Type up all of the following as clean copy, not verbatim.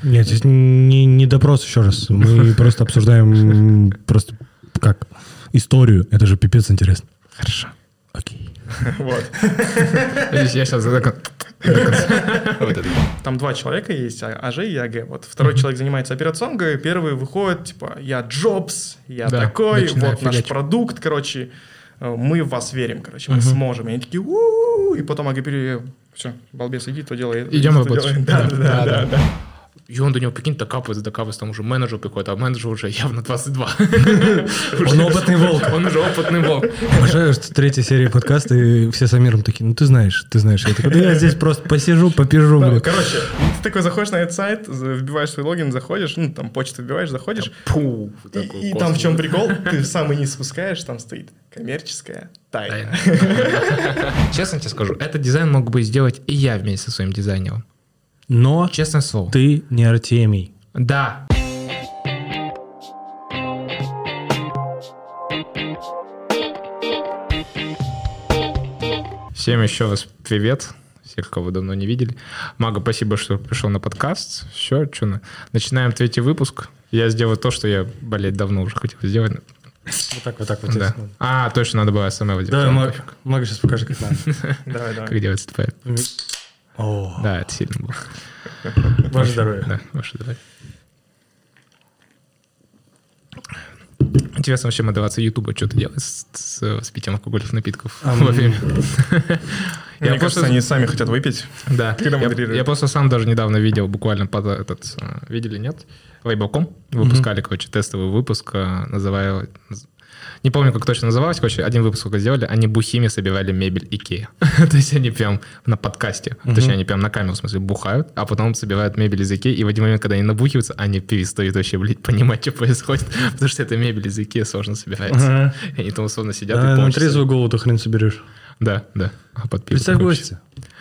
Нет, здесь не допрос еще раз. Мы просто обсуждаем просто как историю. Это же пипец интересно. Хорошо. Окей. Вот. Я сейчас Там два человека есть, АЖ и АГ. Вот второй человек занимается операционкой, первый выходит, типа, я Джобс, я такой, вот наш продукт, короче, мы в вас верим, короче, мы сможем. И они такие, и потом АГ все, балбес, иди, то делай. Идем работать. Да. И он до него, прикинь, докапывается, там уже менеджер приходит, а менеджер уже явно 22. Он опытный волк. Он уже опытный волк. Обожаю, что третья серия подкаста, и все с Амиром такие, ты знаешь. Я такой, да я здесь просто посижу, попижу, блин. Короче, ты такой заходишь на этот сайт, вбиваешь свой логин, заходишь, там почту вбиваешь, заходишь, и там в чем прикол, ты в самый низ спускаешь, там стоит коммерческая тайна. Честно тебе скажу, этот дизайн мог бы сделать и я вместе со своим дизайнером. Но честное слово. Ты не Артемий. Да. Всем еще раз привет. Всех, кого давно не видели. Мага, спасибо, что пришел на подкаст. Все, начинаем третий выпуск. Я сделаю то, что я, давно уже хотел сделать. Вот так. Да. Точно, надо было СМР делать. Да, Мага сейчас покажет, как надо. Давай. Как делается правильно. Да, это сильно было. Ваше здоровье. Да, ваше здоровье. Интересно вообще модерация Ютуба что-то делает с питьем алкогольных напитков во время. Мне кажется, они сами хотят выпить. Да. Я просто сам даже недавно видел, буквально видели, нет? Label.com выпускали, тестовый выпуск, не помню, как точно называлось, один выпуск только сделали, они бухими собирали мебель Икеа. То есть они прям на подкасте, точнее, они прям на камеру, в смысле, бухают, а потом собирают мебель из Икеа, и в один момент, когда они набухиваются, они перестают вообще, понимать, что происходит, потому что эта мебель из Икеа сложно собирается. И они там условно сидят и на трезвую голову ты хрен соберешь. Да. Представь гостя.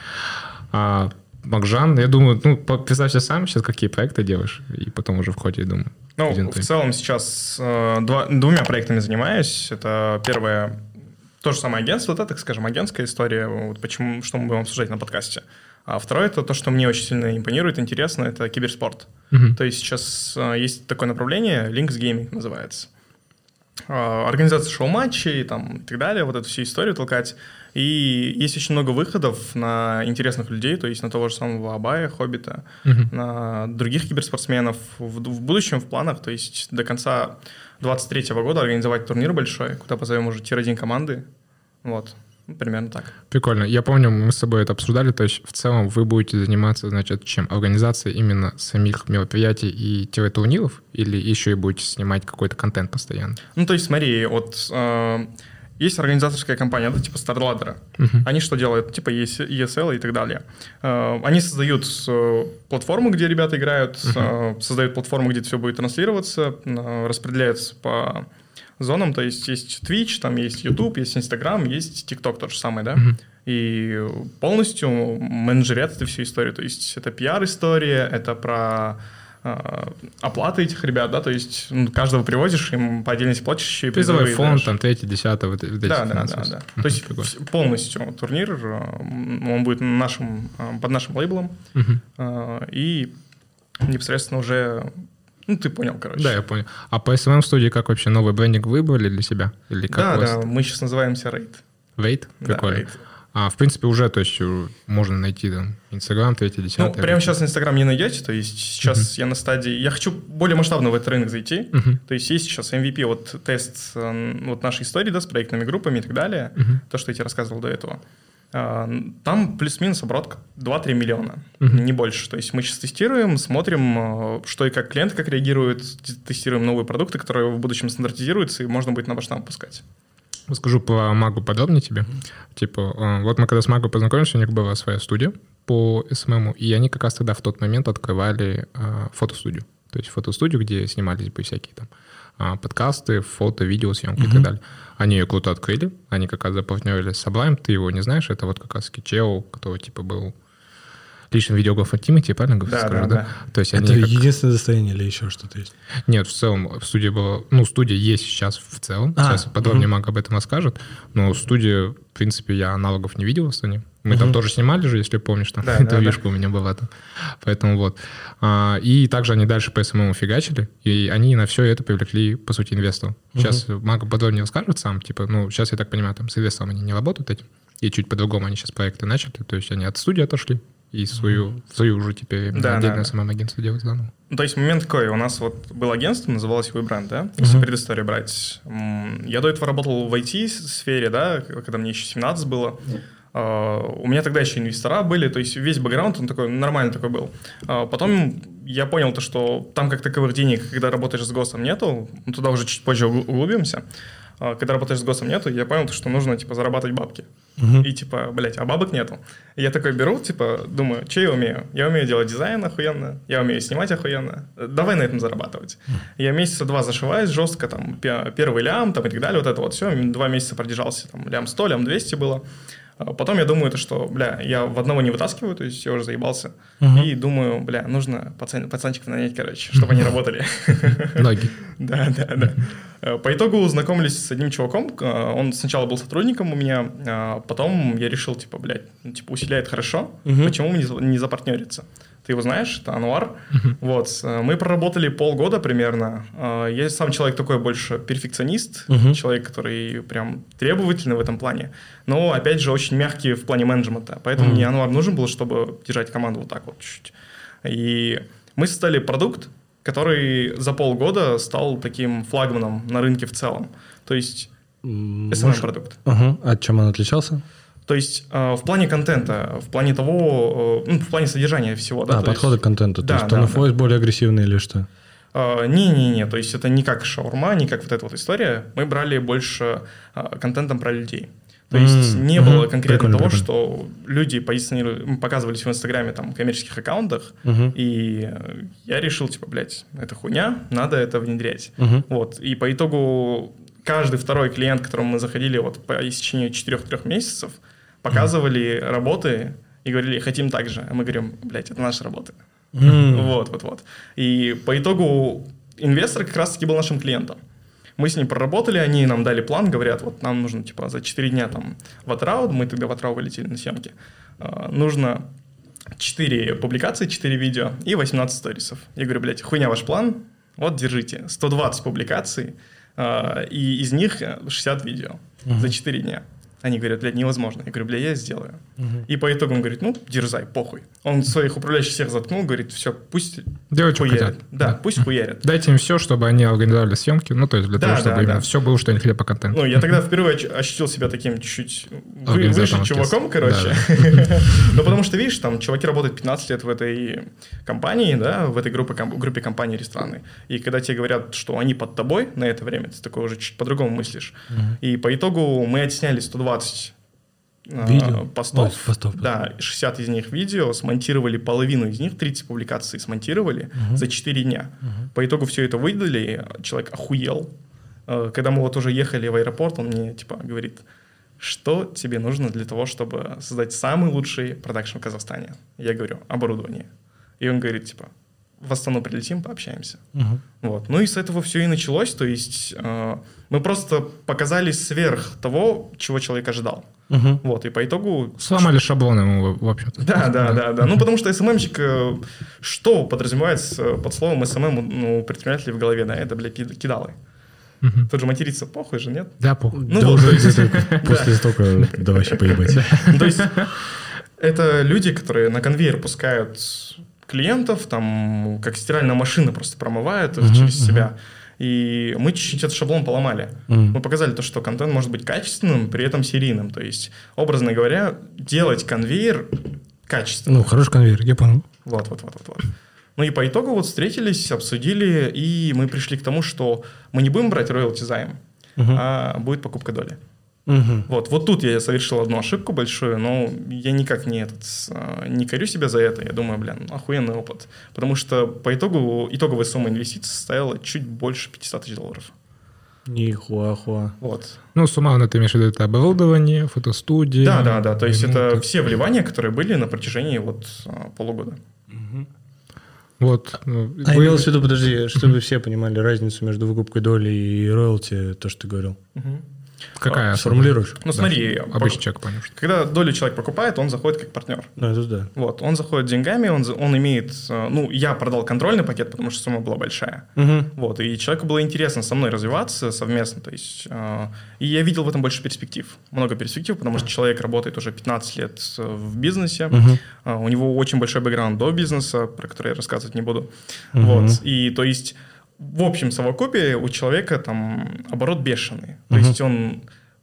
Макжан, я думаю, представь себе сам сейчас, какие проекты делаешь, и потом уже в ходе, я думаю. В целом сейчас двумя проектами занимаюсь. Это первое, то же самое агентство, так скажем, агентская история, что мы будем обсуждать на подкасте. А второе, это то, что мне очень сильно импонирует, интересно, это киберспорт. То есть сейчас есть такое направление, Links Gaming называется. Организация шоу-матчей и так далее, вот эту всю историю толкать. И есть очень много выходов на интересных людей, то есть на того же самого Абая, Хоббита, на других киберспортсменов. В будущем в планах, то есть до конца 2023 года организовать турнир большой, куда позовем уже тир-1 команды. Вот, примерно так. Прикольно. Я помню, мы с собой это обсуждали, то есть в целом вы будете заниматься, чем? Организацией именно самих мероприятий и турниров, или еще и будете снимать какой-то контент постоянно? То есть смотри, есть организаторская компания, типа StarLadder. Они что делают? Типа ESL и так далее. Они создают платформу, где ребята играют, создают платформу, где все будет транслироваться, распределяется по зонам. То есть Twitch, там есть YouTube, есть Instagram, есть TikTok тот же самый, да? И полностью менеджерят эту всю историю. То есть это пиар-история, это про оплаты этих ребят, да, то есть каждого привозишь, им по отдельности платишь еще и призовой фонд, там, 3-10, Да. То есть полностью турнир, он будет под нашим лейблом, и непосредственно уже, ты понял, короче. Да, я понял. А по SMM-студии как вообще новый брендинг выбрали для себя? Или как да, мы сейчас называемся Raid. Raid? Прикольно. Да, Raid. В принципе, уже, то есть, можно найти там Инстаграм, 3-10. Прямо сейчас Инстаграм не найдете, то есть сейчас я на стадии, я хочу более масштабно в этот рынок зайти, то есть есть сейчас MVP, тест нашей истории, да, с проектными группами и так далее, то, что я тебе рассказывал до этого. Там плюс-минус оборот 2-3 миллиона, не больше. То есть мы сейчас тестируем, смотрим, что и как клиенты как реагируют, тестируем новые продукты, которые в будущем стандартизируются, и можно будет на масштаб пускать. Расскажу про Магу подробнее тебе. Вот мы когда с Магой познакомились, у них была своя студия по СММу, и они как раз тогда в тот момент открывали фотостудию. То есть фотостудию, где снимались бы всякие там подкасты, фото, видеосъемки и так далее. Они ее круто открыли, они как раз запартнерились с Sublime, ты его не знаешь, это вот как раз чел, который был личный видеограф Activity, правильно скажу, да? То есть это единственное достояние или еще что-то есть? Нет, в целом студия была... студия есть сейчас в целом. Сейчас подробнее Мак об этом расскажет. Но студия, в принципе, я аналогов не видел в Астане. Мы там тоже снимали же, если помнишь, там интервьюшка у меня была там. Поэтому вот. И также они дальше по СММ фигачили, и они на все это привлекли, по сути, инвесторов. Сейчас Мак подробнее расскажет сам. Типа, сейчас, я так понимаю, там с инвестором они не работают этим. И чуть по-другому они сейчас проекты начали. То есть они от студии отошли и свою уже теперь отдельное СММ-агентство делать заново. То есть момент такой. У нас вот было агентство, называлось WeBrand, да? Если предысторию брать. Я до этого работал в IT-сфере, да, когда мне еще 17 было. У меня тогда еще инвестора были, то есть весь бэкграунд, он такой нормальный такой был. Потом я понял то, что там как таковых денег, когда работаешь с ГОСом, нету, туда уже чуть позже углубимся. Когда работаешь с ГОСом нету, я понял, что нужно, типа, зарабатывать бабки. И, типа, а бабок нету. И я такой беру, типа, думаю, что я умею? Я умею делать дизайн охуенно, я умею снимать охуенно. Давай на этом зарабатывать. Я месяца 2 зашиваюсь жестко, там, первый лям, там, и так далее, вот это вот все. 2 месяца продержался, там, лям 100, лям 200 было. Потом я думаю, что, я в одного не вытаскиваю, то есть я уже заебался. И думаю, нужно пацанчиков нанять, короче, чтобы они работали. Ноги. Да. По итогу знакомились с одним чуваком, он сначала был сотрудником у меня, потом я решил, усиляет хорошо, почему бы не запартнериться? Ты его знаешь, это Ануар. Вот, мы проработали полгода примерно. Я сам человек такой больше перфекционист, человек, который прям требовательный в этом плане, но, опять же, очень мягкий в плане менеджмента. Поэтому мне Ануар нужен был, чтобы держать команду вот так вот чуть-чуть. И мы создали продукт, который за полгода стал таким флагманом на рынке в целом. То есть SMM-продукт. От чем он отличался? То есть в плане контента, в плане того, в плане содержания всего. Да, подходы к контенту. То есть Tone of Voice более агрессивный или что? Не. То есть это не как шаурма, не как вот эта вот история. Мы брали больше контентом про людей. То есть не было конкретно того, что люди показывались в Инстаграме, там, коммерческих аккаунтах, и я решил, это хуйня, надо это внедрять. Вот. И по итогу каждый второй клиент, к которому мы заходили вот по истечению 4-3 месяцев, показывали работы и говорили, хотим так же. А мы говорим, это наши работы. Вот. И по итогу инвестор как раз-таки был нашим клиентом. Мы с ним проработали, они нам дали план, говорят, вот нам нужно за 4 дня там в Атрау, мы тогда в Атрау вылетели на съемки, нужно 4 публикации, 4 видео и 18 сторисов. Я говорю, хуйня ваш план, вот держите, 120 публикаций, и из них 60 видео за 4 дня. Они говорят, невозможно. Я говорю, я сделаю. И по итогу он говорит, дерзай, похуй. Он своих управляющих всех заткнул, говорит, все, пусть делают, что хотят. Да, пусть хуярят. Дайте им все, чтобы они организовали съемки, то есть для того, чтобы именно все было, что они хотели по контенту. Я тогда впервые ощутил себя таким чуть-чуть выше чуваком, короче. Потому что, видишь, там чуваки работают 15 лет в этой компании, да, в этой группе компаний рестораны. И когда тебе говорят, что они под тобой на это время, ты такой уже чуть по-другому мыслишь. И по итогу мы отсняли 120 постов. Да, 60 из них видео, смонтировали половину из них, 30 публикаций смонтировали за 4 дня. По итогу все это выдали, человек охуел. Когда мы вот уже ехали в аэропорт, он мне говорит, что тебе нужно для того, чтобы создать самый лучший продакшн в Казахстане? Я говорю, оборудование. И он говорит, в Астану прилетим, пообщаемся. Вот. И с этого все и началось. То есть мы просто показали сверх того, чего человек ожидал. Вот. И по итогу... Сломали шаблоны ему, в общем-то. Да. Потому что СММщик, что подразумевается под словом СММ у предпринимателей в голове? Да, это, кидалы. Тут же материться похуй же, нет? Да, похуй. После столько, да вообще поебать. То есть это люди, которые на конвейер пускают клиентов, там, как стиральная машина просто промывает их через себя. И мы чуть-чуть этот шаблон поломали. Мы показали то, что контент может быть качественным, при этом серийным. То есть, образно говоря, делать конвейер качественно. Хороший конвейер, я понял. Вот. И по итогу встретились, обсудили, и мы пришли к тому, что мы не будем брать роялти займ, а будет покупка доли. Вот тут я совершил одну ошибку большую, но я никак не корю себя за это. Я думаю, охуенный опыт. Потому что по итогу итоговая сумма инвестиций составила чуть больше $500 000. Нихуахуа. Вот. Ну, суммарно ты имеешь в виду это оборудование, фотостудии? Да. То есть это все вливания, которые были на протяжении вот полугода. Вот. Имелось в виду, подожди, чтобы все понимали разницу между выкупкой доли и роялти, то, что ты говорил. Какая? Сформулируешь? Ну, смотри, Обычный человек, понял. когда долю человек покупает, он заходит как партнер. Ну, это да. Вот, он заходит деньгами, он имеет... Ну, я продал контрольный пакет, потому что сумма была большая. Вот, и человеку было интересно со мной развиваться совместно, то есть... И я видел в этом больше перспектив. Много перспектив, потому что человек работает уже 15 лет в бизнесе. У него очень большой бэкграунд до бизнеса, про который я рассказывать не буду. Вот, и то есть... В общем совокупе у человека там оборот бешеный. То есть он,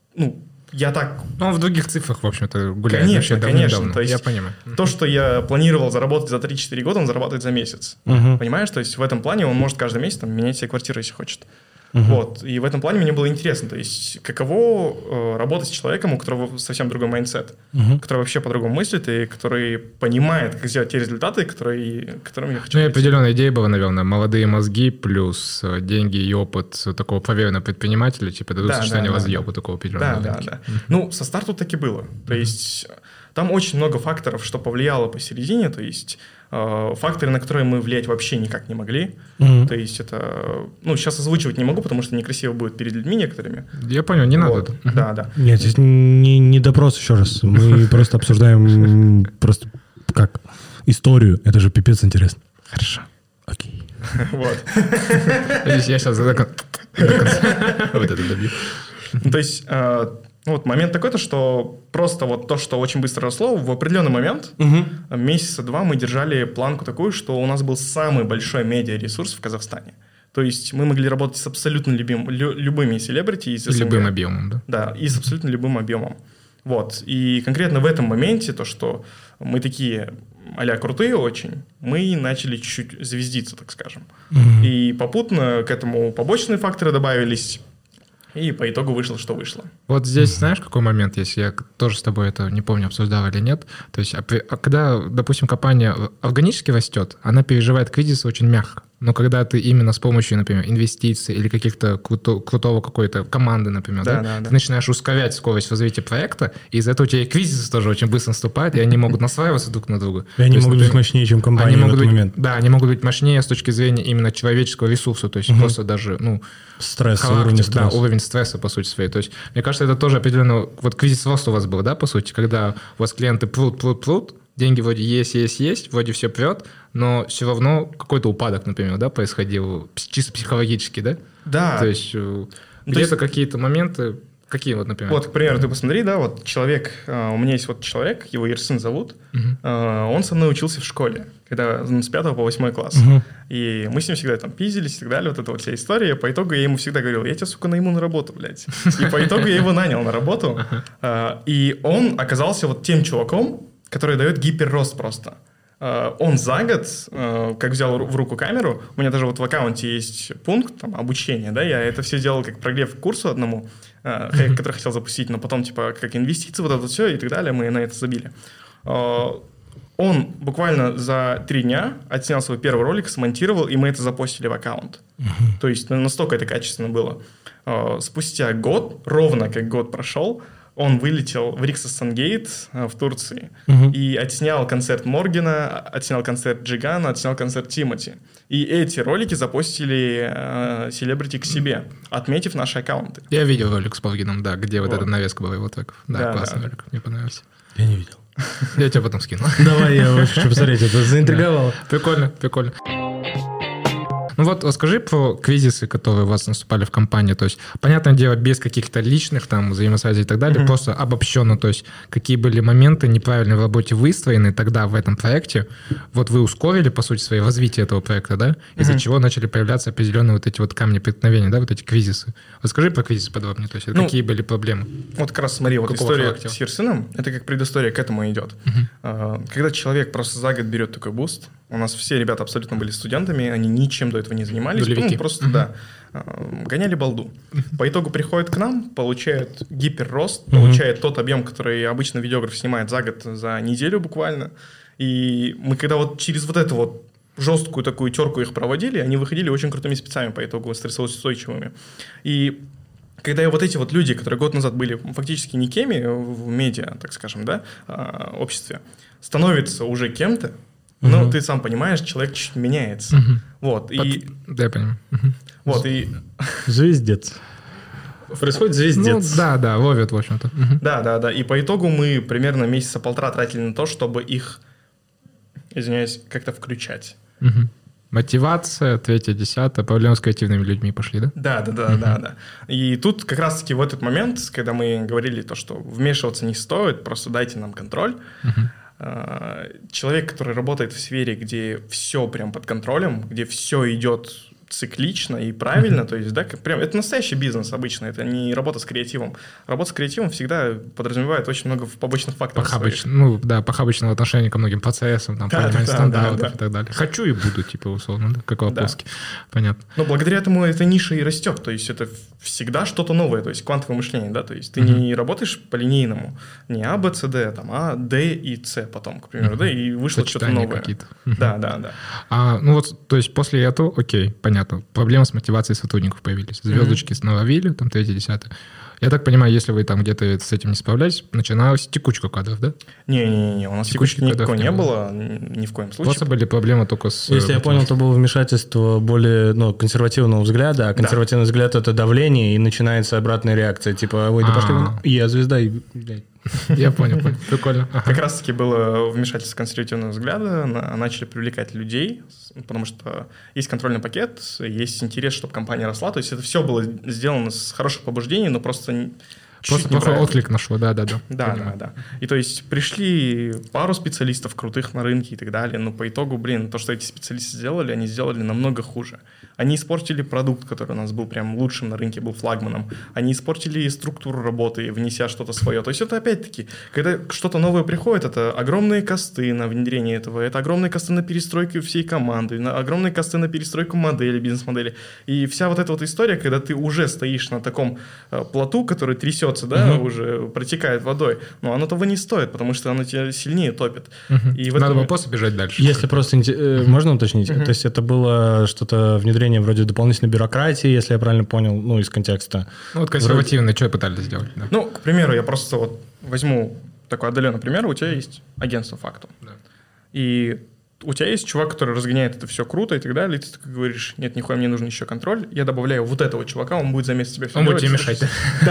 я так... Ну, он в других цифрах, в общем-то, гуляет. Конечно. То есть я понимаю. То, что я планировал заработать за 3-4 года, он зарабатывает за месяц. Понимаешь? То есть в этом плане он может каждый месяц там, менять себе квартиру, если хочет. Вот. И в этом плане мне было интересно. То есть каково работать с человеком, у которого совсем другой майндсет, который вообще по-другому мыслит и который понимает, как сделать те результаты, которыми я хочу. Ну, и определенная идея была, наверное, молодые мозги плюс деньги и опыт такого проверенного предпринимателя, типа дадут сочетание разъеба такого определенного. Да. Ну, со старту так и было. То есть там очень много факторов, что повлияло посередине, то есть факторы, на которые мы влиять вообще никак не могли. То есть это... Ну, сейчас озвучивать не могу, потому что некрасиво будет перед людьми некоторыми. Я понял, не надо. Да. Нет, здесь не допрос еще раз. Мы просто обсуждаем просто как историю. Это же пипец интересно. Хорошо. Окей. Вот. Я сейчас до конца вот это добью. То есть... Вот момент такой-то, что просто вот то, что очень быстро росло, в определенный момент, месяца 2 мы держали планку такую, что у нас был самый большой медиаресурс в Казахстане. То есть мы могли работать с абсолютно любыми селебрити из СНГ. Любым объемом, да? Да, и с абсолютно любым объемом. Вот. И конкретно в этом моменте то, что мы такие а-ля крутые очень, мы начали чуть-чуть звездиться, так скажем. И попутно к этому побочные факторы добавились. И по итогу вышло, что вышло. Вот здесь знаешь, какой момент, если я тоже с тобой это, не помню, обсуждал или нет, то есть когда, допустим, компания органически растет, она переживает кризис очень мягко. Но когда ты именно с помощью, например, инвестиций или каких-то крутого какой-то команды, например, ты начинаешь ускорять скорость развития проекта, и из-за этого у тебя и кризис тоже очень быстро наступает, и они могут наслаиваться друг на друга. И они могут быть мощнее, чем компания в этот момент. Да, они могут быть мощнее с точки зрения именно человеческого ресурса, то есть просто даже, стресс, уровень стресса, по сути своей. То есть, мне кажется, это тоже определенно... Вот кризис роста у вас был, да, по сути, когда у вас клиенты прут, деньги вроде есть, вроде все прет, но все равно какой-то упадок, например, да, происходил чисто психологически, да? Да. То есть где-то какие-то моменты... Какие вот, например? Вот, к примеру, ты посмотри, да, вот человек, у меня есть вот человек, его Ерсын зовут, он со мной учился в школе, когда с 5 по 8 класс. И мы с ним всегда там пиздились и так далее, вот эта вот вся история. По итогу я ему всегда говорил, я тебя, сука, найму на работу, блядь. И по итогу я его нанял на работу. И он оказался вот тем чуваком, который дает гиперрост просто. Он за год, как взял в руку камеру, у меня даже вот в аккаунте есть пункт там, обучения, да, я это все делал как прогрев к курсу одному, который хотел запустить, но потом типа как инвестиции, вот это все и так далее, мы на это забили. Он буквально за 3 дня отснял свой первый ролик, смонтировал, и мы это запостили в аккаунт. То есть настолько это качественно было. Спустя год, ровно как год прошел, он вылетел в Риксостангейт в Турции и отснял концерт Моргена, отснял концерт Джигана, отснял концерт Тимати. И эти ролики запостили селебрити к себе, отметив наши аккаунты. Я видел ролик с Моргеном, да, где вот эта навеска была его треков. Да, классный ролик, мне понравился. Я не видел. Я тебя потом скину. Давай, я хочу посмотреть, это заинтриговало. Прикольно. Ну вот расскажи про кризисы, которые у вас наступали в компании. То есть, понятное дело, без каких-то личных там взаимосвязей и так далее, просто обобщенно, то есть, какие были моменты неправильно в работе выстроены тогда в этом проекте. Вот вы ускорили, по сути, свое развитие этого проекта, да? Из-за чего начали появляться определенные вот эти вот камни преткновения, да, вот эти кризисы. Расскажи про кризисы подробнее, то есть, какие были проблемы? Вот как раз смотри, вот история с Ерсыном, это как предыстория к этому идет. Когда человек просто за год берет такой буст, у нас все ребята абсолютно были студентами, они ничем до этого не занимались. Просто, гоняли балду. По итогу приходят к нам, получают гиперрост, получают тот объем, который обычно видеограф снимает за год, за неделю буквально. И мы когда вот через вот это вот жесткую такую терку их проводили, они выходили очень крутыми спецами по итогу, стрессоустойчивыми. И когда вот эти вот люди, которые год назад были фактически никеми в медиа, так скажем, да, обществе, становятся уже кем-то, но ты сам понимаешь, человек чуть меняется. Вот, Да, я понимаю. Вот, и... Звездец. Происходит звездец. Ну, да, ловят, в общем-то. Да. И по итогу мы примерно месяца полтора тратили на то, чтобы их, извиняюсь, как-то включать. Мотивация, 3-10, проблемы с креативными людьми пошли, да? Да. И тут как раз-таки в этот момент, когда мы говорили то, что вмешиваться не стоит, просто дайте нам контроль, человек, который работает в сфере, где все прям под контролем, где все идет циклично и правильно, то есть, да, прям это настоящий бизнес обычно, это не работа с креативом. Работа с креативом всегда подразумевает очень много побочных факторов. Похабочного отношения ко многим процессам, там, понимание стандартов и так далее. Хочу и буду, типа, условно, да, как Лоповский. Понятно. Но благодаря этому эта ниша и растет, то есть это всегда что-то новое, то есть квантовое мышление, да, то есть ты не работаешь по линейному, не А, Б, С, Д, там, А, Д и С потом, к примеру, да, и вышло что-то новое. Какие-то. Да. Ну вот, то есть после этого, окей, понятно. Проблемы с мотивацией сотрудников появились. Звездочки наловили, там 3-10. Я так понимаю, если вы там где-то с этим не справлялись, начиналась текучка кадров, да? Не, у нас текучки никакой не было, ни в коем случае. Просто были проблемы только с... Если я понял, то было вмешательство более консервативного взгляда, а консервативный взгляд — это давление, и начинается обратная реакция, типа, ой, да пошли вы... Я звезда, и, блядь. Я понял. Прикольно. Как раз-таки было вмешательство консервативного взгляда, начали привлекать людей, потому что есть контрольный пакет, есть интерес, чтобы компания росла, то есть это все было сделано с хороших побуждений, но просто плохой отклик нашло, да. Да. И то есть пришли пару специалистов крутых на рынке и так далее, но по итогу, то, что эти специалисты сделали, они сделали намного хуже. Они испортили продукт, который у нас был прям лучшим на рынке, был флагманом. Они испортили структуру работы, внеся что-то свое. То есть это опять-таки, когда что-то новое приходит, это огромные косты на внедрение этого, это огромные косты на перестройку всей команды, огромные косты на перестройку модели, бизнес-модели. И вся вот эта вот история, когда ты уже стоишь на таком плоту, который трясется, да, уже протекает водой, но оно того не стоит, потому что оно тебя сильнее топит. И надо было просто бежать дальше. Если просто... Можно уточнить? То есть это было что-то внедрение вроде дополнительной бюрократии, если я правильно понял, из контекста. Вот консервативные, что пытались сделать? Да. К примеру, я просто вот возьму такой отдаленный пример. У тебя есть агентство «Фактум». Да. И у тебя есть чувак, который разгоняет это все круто и так далее, и ты такой говоришь, нет, нихуя, мне нужен еще контроль, я добавляю вот этого чувака, он будет за месяц тебе все делать. Он будет тебе мешать.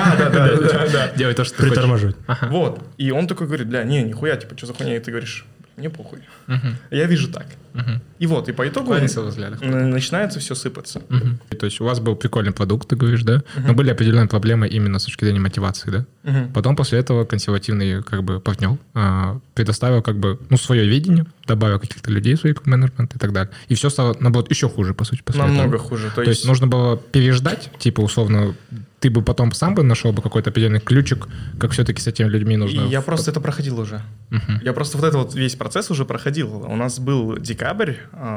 Да. Делать то, что ты притормаживать. Вот. И он такой говорит, нихуя, типа, что за хуйня? И ты говоришь, мне похуй. Я вижу так. И вот, и по итогу начинается все сыпаться. То есть у вас был прикольный продукт, ты говоришь, да? Но были определенные проблемы именно с точки зрения мотивации, да? Потом после этого консервативный партнер предоставил свое видение, добавил каких-то людей в свой менеджмент и так далее. И все стало, наоборот, еще хуже, по сути. Намного хуже. То есть нужно было переждать, типа, условно, ты бы потом сам нашел бы какой-то определенный ключик, как все-таки с этими людьми нужно... Я просто это проходил уже. Я просто вот этот вот весь процесс уже проходил. У нас был декабрь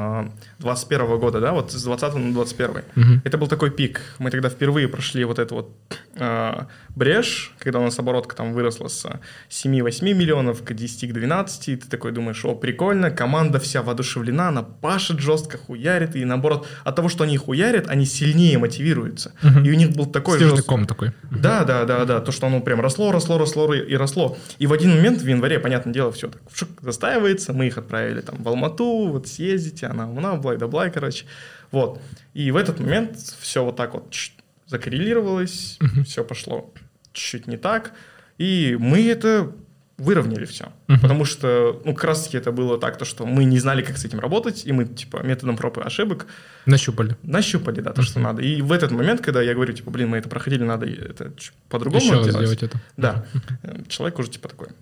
21 года, да, вот с 20 на 21. Это был такой пик. Мы тогда впервые прошли вот эту вот брешь, когда у нас оборотка там выросла с 7-8 миллионов к 10-12, и ты такой думаешь, прикольно, команда вся воодушевлена, она пашет жестко, хуярит, и наоборот, от того, что они хуярят, они сильнее мотивируются. И у них был такой ком такой. Да, то, что оно прям росло и росло. И в один момент в январе, понятное дело, все так застаивается, мы их отправили там в Алмату, вот съездите, она блай, короче. Вот. И в этот момент все вот так вот закоррелировалось, все пошло чуть не так, и мы это выровняли все. Потому что, как раз-таки это было так, то, что мы не знали, как с этим работать, и мы, типа, методом проб и ошибок нащупали, да, то, что надо. И в этот момент, когда я говорю, типа, мы это проходили, надо это по-другому еще делать. Это. Да. Человек уже, типа, такой.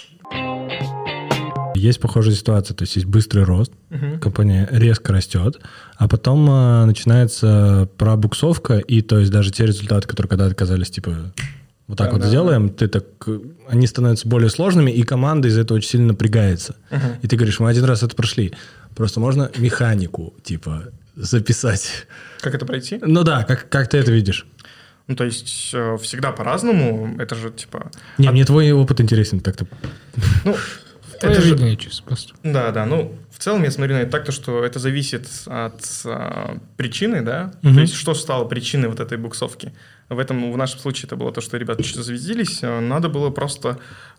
Есть похожая ситуация, то есть есть быстрый рост, компания резко растет, а потом начинается пробуксовка, и то есть даже те результаты, которые когда-то казались, типа... Вот так сделаем, они становятся более сложными, и команда из-за этого очень сильно напрягается. И ты говоришь, мы один раз это прошли. Просто можно механику, типа, записать. Как это пройти? Ну да, как ты это видишь? То есть всегда по-разному, это же, типа... Мне твой опыт интересен как-то. Твое видение чисто просто. Да, ну, в целом я смотрю на это так, что это зависит от причины, да, то есть что стало причиной вот этой буксовки. В нашем случае это было то, что ребята что-то завезлись, надо было просто,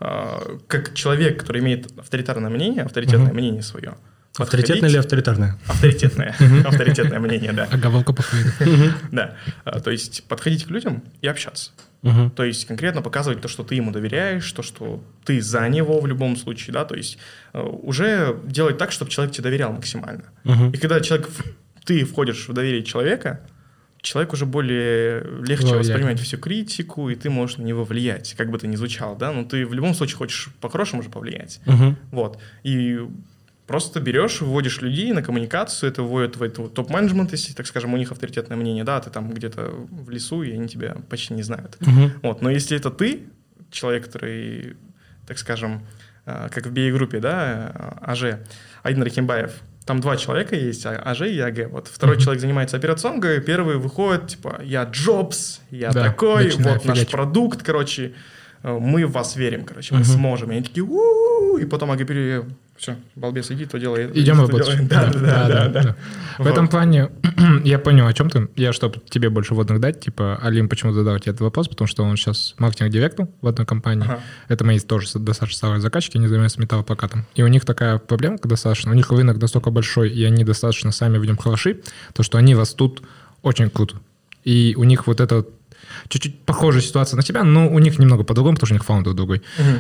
как человек, который имеет авторитарное мнение свое. Авторитетное или авторитарное? Авторитетное мнение, да. Оговорка по фейду. Да, то есть подходить к людям и общаться. То есть конкретно показывать то, что ты ему доверяешь, то, что ты за него в любом случае, да, то есть уже делать так, чтобы человек тебе доверял максимально. И когда ты входишь в доверие человека, человек уже более легче воспринимает всю критику, и ты можешь на него влиять, как бы это ни звучало, да, но ты в любом случае хочешь по-хорошему же повлиять. Вот, и просто берешь, выводишь людей на коммуникацию, это вводит в топ-менеджмент, если, так скажем, у них авторитетное мнение, да, ты там где-то в лесу, и они тебя почти не знают. Вот, но если это ты, человек, который, так скажем, как в BA-группе, да, АЖ, Айдин Рахимбаев, там 2 человека есть, АЖ и АГ. Вот второй человек занимается операционкой, первый выходит, типа, я Джобс, я такой, вот наш продукт, короче, мы в вас верим, короче, мы сможем. И они такие, у-у-у, и потом АГ все, балбес, иди, то делай. Идем работать. Да. В этом плане я понял, о чем ты. Я, чтобы тебе больше вводных дать, типа, Алим почему задал тебе этот вопрос, потому что он сейчас маркетинг-директор в одной компании. Это мои тоже достаточно старые заказчики, они занимаются металлопрокатом. И у них такая проблема достаточно, у них рынок настолько большой, и они достаточно сами в нем хороши, то, что они растут очень круто. И у них вот это чуть-чуть похожая ситуация на тебя, но у них немного по-другому, потому что у них фаундер другой.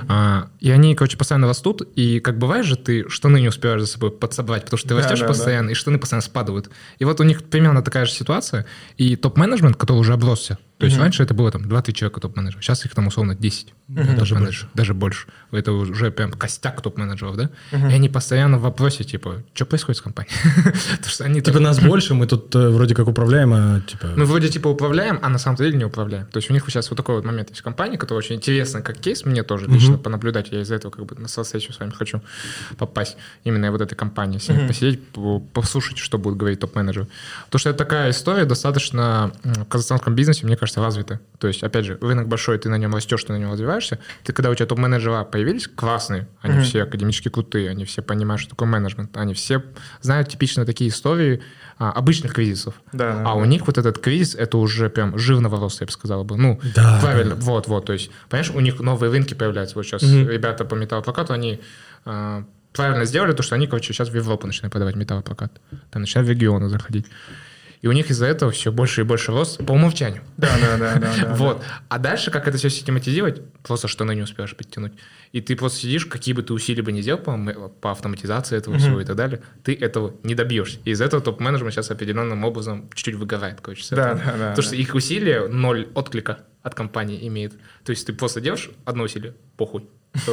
И они, короче, постоянно растут, и как бывает же, ты штаны не успеваешь за собой подсобрать, потому что ты растешь постоянно, и штаны постоянно спадают. И вот у них примерно такая же ситуация, и топ-менеджмент, который уже обросся. То есть раньше это было там 2-3 человека топ-менеджеров, сейчас их там условно 10. Даже больше. Это уже прям костяк топ-менеджеров, да? И они постоянно в вопросе, типа, что происходит с компанией? Типа нас больше, мы тут вроде как управляем, а типа... Мы вроде типа управляем, а на самом деле не управляем. То есть у них сейчас вот такой вот момент есть в компании, который очень интересный как кейс, мне тоже лично понаблюдать. Я из-за этого как бы на сессию с вами хочу попасть. Именно в этой компании. С ними посидеть, послушать, что будет говорить топ-менеджер. Потому что это такая история достаточно в казахстанском бизнесе, мне кажется, развита. То есть, опять же, рынок большой, ты на нем растешь, ты на нем развиваешься. Ты, когда у тебя топ-менеджера появились, классные, они все академически крутые, они все понимают, что такое менеджмент, они все знают типично такие истории обычных кризисов. У них вот этот кризис, это уже прям жирного роста, я бы сказал бы. Ну, правильно, вот. То есть, понимаешь, у них новые рынки появляются. Вот сейчас ребята по металлопрокату, они правильно сделали то, что они, короче, сейчас в Европу начинают продавать металлопрокат. Там начинают в регионы заходить. И у них из-за этого все больше и больше рост по умолчанию. Да. Вот. А дальше, как это все систематизировать, просто штаны не успеешь подтянуть. И ты просто сидишь, какие бы ты усилия бы ни сделал по автоматизации этого всего и так далее, ты этого не добьешься. И из-за этого топ-менеджмент сейчас определенным образом чуть-чуть выгорает, короче. Потому что их усилия 0 отклика от компании имеет. То есть ты просто делаешь одно усилие, похуй.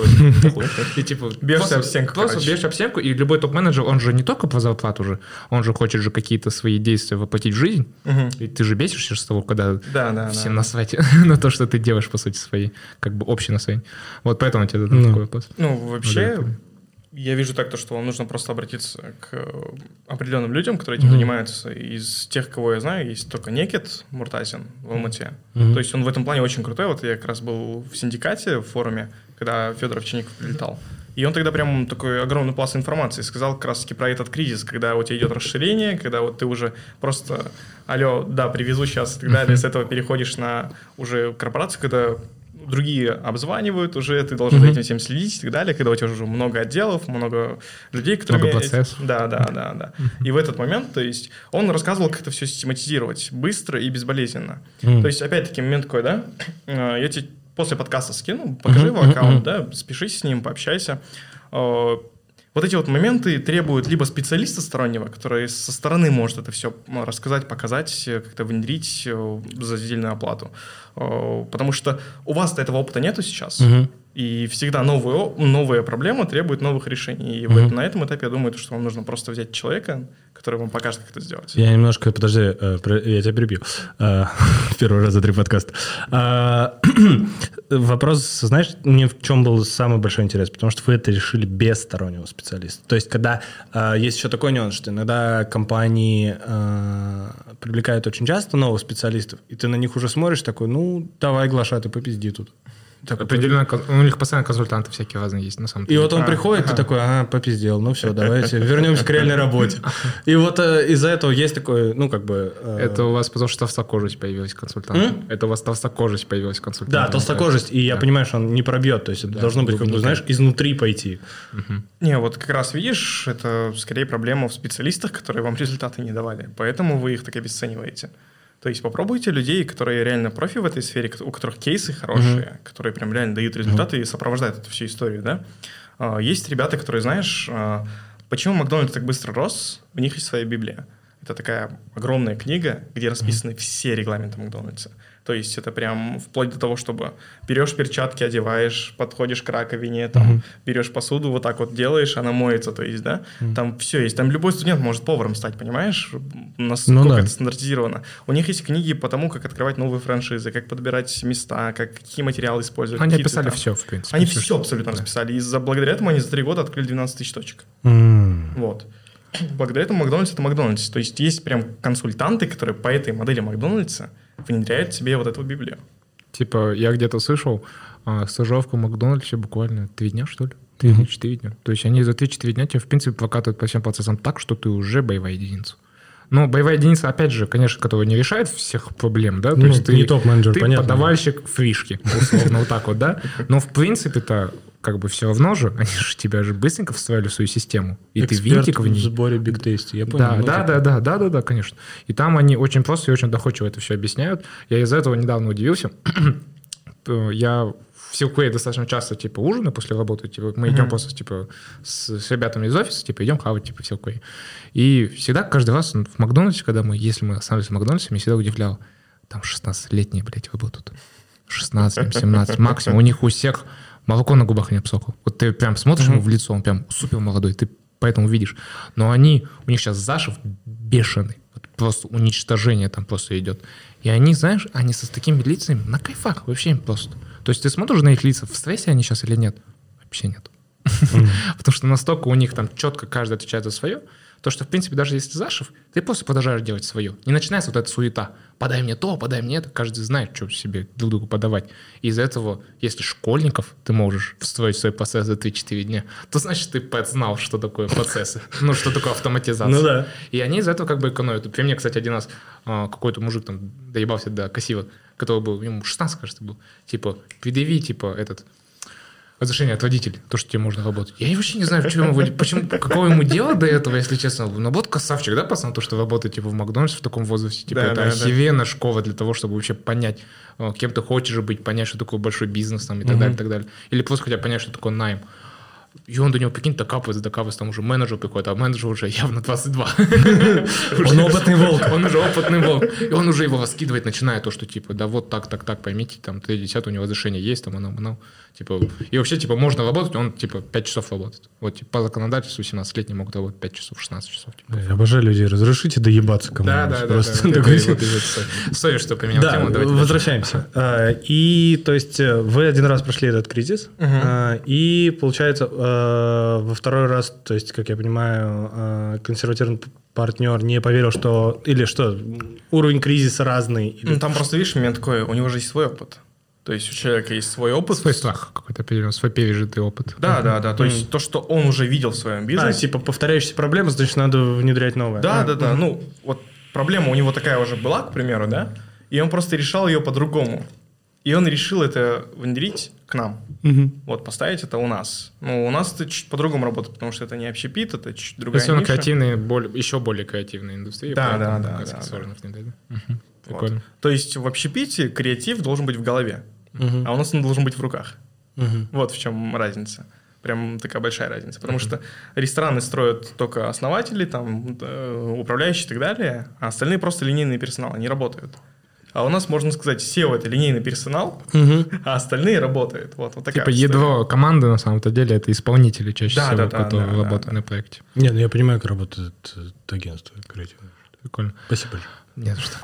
И типа бьешься об стенку. Просто бьешься об стенку, и любой топ-менеджер, он же не только про зарплату же, он же хочет же какие-то свои действия воплотить в жизнь. И ты же бесишься с того, когда всем насрать на то, что ты делаешь, по сути, свои, как бы общее настроение. Вот поэтому тебе задам такой вопрос. Ну, вообще, я вижу так, что вам нужно просто обратиться к определенным людям, которые этим занимаются. Из тех, кого я знаю, есть только Некит Муртазин в Алмате. То есть он в этом плане очень крутой. Вот я как раз был в синдикате, в форуме, когда Федор Овчинников прилетал. И он тогда прям такой огромный пласт информации сказал как раз-таки про этот кризис, когда у тебя идет расширение, когда вот ты уже просто, алло, да, привезу сейчас и так далее, с этого переходишь на уже корпорацию, когда другие обзванивают уже, ты должен за этим всем следить и так далее, когда у тебя уже много отделов, много людей, которые... Много процессов. Да. И в этот момент, то есть, он рассказывал, как это все систематизировать быстро и безболезненно. То есть, опять-таки, момент такой, да, я тебе после подкаста скину, покажи его аккаунт, да, спешись с ним, пообщайся. Вот эти вот моменты требуют либо специалиста стороннего, который со стороны может это все рассказать, показать, как-то внедрить за отдельную оплату. Потому что у вас-то этого опыта нету сейчас. И всегда новые проблемы требуют новых решений. И на этом этапе, я думаю, что вам нужно просто взять человека, который вам покажет, как это сделать. Я немножко, подожди, я тебя перебью. Первый раз за 3 подкаста. Вопрос, знаешь, мне в чем был самый большой интерес? Потому что вы это решили без стороннего специалиста. То есть, когда есть еще такой нюанс, что иногда компании привлекают очень часто новых специалистов, и ты на них уже смотришь такой, ну, давай, глашатай, попизди тут. Определенно, у них постоянно консультанты всякие разные есть, на самом деле. И вот он приходит, ты такой, попиздел, ну все, давайте вернемся к реальной работе. И вот из-за этого есть такой, Это у вас потому что толстокожесть появилась консультант. Это у вас толстокожесть появилась консультант. Да, толстокожесть, и я понимаю, что он не пробьет, то есть это должно быть, знаешь, изнутри пойти. Не, вот как раз видишь, это скорее проблема в специалистах, которые вам результаты не давали, поэтому вы их так обесцениваете. То есть попробуйте людей, которые реально профи в этой сфере, у которых кейсы хорошие, которые прям реально дают результаты и сопровождают эту всю историю, да. Есть ребята, которые, знаешь, почему Макдональдс так быстро рос, у них есть своя Библия. Это такая огромная книга, где расписаны все регламенты Макдональдса. То есть это прям вплоть до того, чтобы берешь перчатки, одеваешь, подходишь к раковине, там, берешь посуду, вот так вот делаешь, она моется, то есть, да, там все есть. Там любой студент может поваром стать, понимаешь? Насколько это стандартизировано. У них есть книги по тому, как открывать новые франшизы, как подбирать места, какие материалы использовать. Они описали все, в принципе. Они все абсолютно расписали. И благодаря этому они за 3 года открыли 12 тысяч точек. Вот. Благодаря этому Макдональдс — это Макдональдс. То есть есть прям консультанты, которые по этой модели Макдональдса внедряют себе вот эту Библию. Типа, я где-то слышал, стажировка в Макдональдсе буквально 3 дня, что ли? 3 дня, 4 дня. То есть они за 3-4 дня тебя, в принципе, прокатывают по всем процессам так, что ты уже боевая единица. Но боевая единица, опять же, конечно, которая не решает всех проблем, да? То есть не топ-менеджер, ты понятно. Подавальщик фришки, условно, вот так вот, да? Но, в принципе-то, как бы все равно же, они же тебя же быстренько встроили в свою систему. И эксперт ты винтик в ней. в сборе Big Tasty, я понял. Да, конечно. И там они очень просто и очень доходчиво это все объясняют. Я из-за этого недавно удивился. Я в Silkway достаточно часто, типа, ужинаю после работы. Типа, мы идем просто, типа, с ребятами из офиса, типа, идем хавать, типа, в Silkway. И всегда, каждый раз в Макдональдсе, если мы останавливались в Макдональдсе, меня всегда удивляло. Там 16-летние, блядь, работают. 16, 17 максимум. У них у всех молоко на губах не обсохло. Вот ты прям смотришь ему в лицо, он прям супер молодой, ты поэтому видишь. Но у них сейчас зашив бешеный. Вот просто уничтожение там просто идет. И они, знаешь, они с такими лицами на кайфах, вообще им просто. То есть ты смотришь на их лица, в стрессе они сейчас или нет? Вообще нет. Потому что настолько у них там четко каждый отвечает за свое, то, что, в принципе, даже если зашив, ты просто продолжаешь делать свое. Не начинается вот эта суета. Подай мне то, подай мне это. Каждый знает, что себе друг другу подавать. И из-за этого, если школьников ты можешь встроить в свой процесс за 3-4 дня, то, значит, ты знал, что такое процессы. Ну, что такое автоматизация. Ну да. И они из-за этого как бы экономят. При мне, кстати, один раз какой-то мужик там доебался до кассира, который был, ему 16, кажется, был. Типа, предъяви, типа, разрешение от родителей, то, что тебе можно работать. Я вообще не знаю, какого ему дела до этого, если честно. Ну вот красавчик, да, пацан, то, что вы работаете типа, в Макдональдсе в таком возрасте. Типа, это охеренная школа для того, чтобы вообще понять, кем ты хочешь быть, понять, что такое большой бизнес там, и так далее, и так далее. Или просто хотя бы понять, что такое найм. И он до него, прикинь, докапывается, там уже менеджер приходит, а менеджер уже явно 22. Он опытный волк. Он уже опытный волк. И он уже его раскидывает, начиная то, что типа, да вот так, поймите, там 3-10, у него разрешение есть, там оно. Типа, и вообще, типа, можно работать, он, типа, 5 часов работает. Вот, типа, по законодательству 17-летние могут работать 5 часов, 16 часов. Типа. Я обожаю людей, разрешите доебаться кому-нибудь. Да. Просто Сори, что поменял тему. Возвращаемся. И, то есть, вы один раз прошли этот кризис, и, получается, во второй раз, то есть, как я понимаю, консервативный партнер не поверил, что... Или что, уровень кризиса разный? Или... Там просто, видишь, момент такой, у него же есть свой опыт. То есть у человека есть свой опыт. Свой страх какой-то определенный, свой пережитый опыт. Да. То есть то, что он уже видел в своем бизнесе. Типа повторяющиеся проблемы, значит, надо внедрять новое. Да. Ну, вот проблема у него такая уже была, к примеру, да, и он просто решал ее по-другому. И он решил это внедрить к нам. Вот, поставить это у нас. Ну, у нас это чуть по-другому работает, потому что это не общепит, это чуть другая ниша. Креативная, еще более креативная индустрия. Да. Прикольно. Вот. То есть в общепите креатив должен быть в голове, а у нас он должен быть в руках. Вот в чем разница. Прям такая большая разница. Потому что рестораны строят только основатели, там, управляющие и так далее, а остальные просто линейный персонал, они работают. А у нас, можно сказать, SEO — это линейный персонал, а остальные работают. Вот такая типа ядро команды, на самом-то деле, это исполнители чаще всего, которые работают на проекте. Не, ну я понимаю, как работает агентство креативное. Прикольно. Спасибо большое. Нет, что.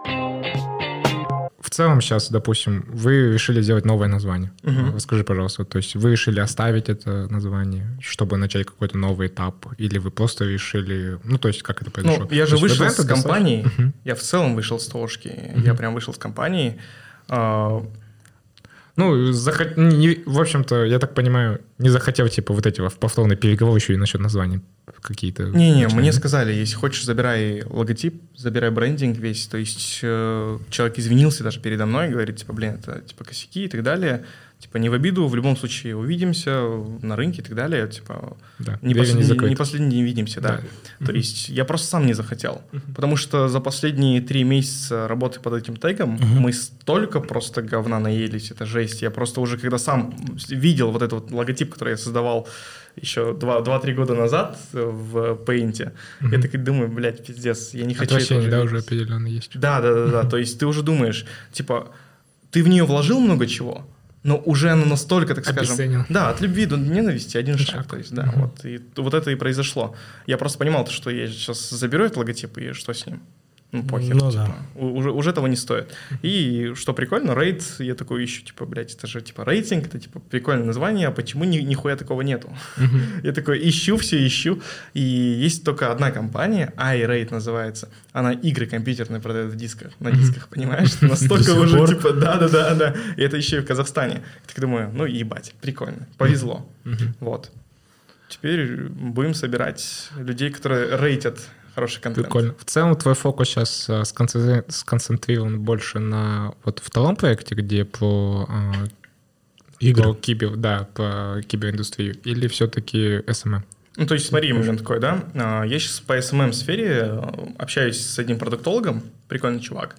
В целом сейчас, допустим, вы решили сделать новое название. Расскажи, пожалуйста, то есть вы решили оставить это название, чтобы начать какой-то новый этап, или вы просто решили... Ну, то есть как это произошло? Ну, я же вышел с компании, я в целом вышел с Тошки, я прям вышел с компании. Ну, Ну, в общем-то, я так понимаю, не захотел, типа, вот эти повторные переговоры еще и насчет названий какие-то. Не, мне сказали, если хочешь, забирай логотип, забирай брендинг весь. То есть человек извинился даже передо мной, говорит, типа, блин, это типа косяки и так далее. Типа, не в обиду, в любом случае увидимся на рынке и так далее. Типа, да, не последний день видимся, да. То есть я просто сам не захотел. Потому что за последние 3 месяца работы под этим тегом мы столько просто говна наелись, это жесть. Я просто уже, когда сам видел вот этот вот логотип, который я создавал еще 2-3 года назад в Paint, я так и думаю, блядь, пиздец, я не хочу этого уже. Да, уже определенно есть. Да. То есть ты уже думаешь, типа, ты в нее вложил много чего, но уже она настолько, так скажем... Обесценил. Да, от любви до ненависти один шаг. То есть, да, вот это и произошло. Я просто понимал, что я сейчас заберу этот логотип, и что с ним? Ну, похер. Ну, типа, да. уже этого не стоит. И что прикольно, рейд, я такой ищу, типа, блядь, это же, типа, рейтинг, это, типа, прикольное название, а почему нихуя такого нету? Я такой ищу, и есть только одна компания, iRate называется, она игры компьютерные продает в дисках, на дисках, понимаешь? Настолько уже, типа, да, и это еще и в Казахстане. Я так думаю, ну, ебать, прикольно, повезло. Вот. Теперь будем собирать людей, которые рейтят хороший контент. Прикольно. В целом твой фокус сейчас сконцентрирован больше на вот втором проекте, где по игры, по кибериндустрию, или все-таки SMM? Ну, то есть, смотри, момент такой, да. Я сейчас по SMM-сфере общаюсь с одним продуктологом, прикольный чувак,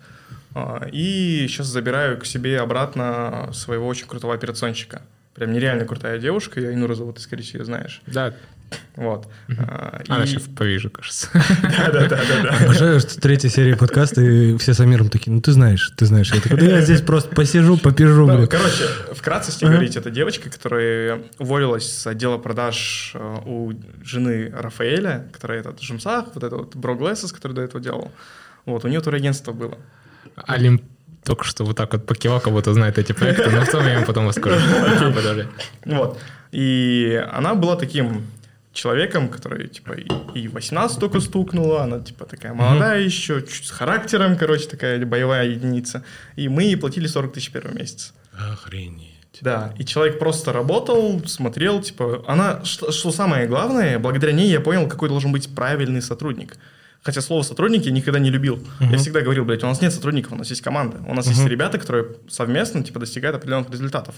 и сейчас забираю к себе обратно своего очень крутого операционщика. Прям нереально крутая девушка, я Инуру зовут, ты, скорее всего, знаешь. Да. Вот. Она сейчас в Париже, кажется. Да. Обожаю, что 3-я серия подкаста, и все с Амиром такие, ну ты знаешь. Я такой, да я здесь просто посижу, попижу, блин. Короче, вкратце, если говорить, это девочка, которая уволилась с отдела продаж у жены Рафаэля, которая этот Жумсах, вот это вот Bro Glasses, который до этого делал. Вот, у нее турагентство было. Алим только что вот так вот покивал, как будто знает эти проекты, но в целом я ему потом расскажу. Вот. И она была таким человеком, который, типа, и 18 только стукнула, она, типа, такая молодая еще, чуть с характером, короче, такая боевая единица. И мы ей платили 40 тысяч первый месяц. Охренеть. Да, и человек просто работал, смотрел, типа, она, что самое главное, благодаря ней я понял, какой должен быть правильный сотрудник. Хотя слово «сотрудник» я никогда не любил. Я всегда говорил, блядь, у нас нет сотрудников, у нас есть команда. У нас есть ребята, которые совместно, типа, достигают определенных результатов.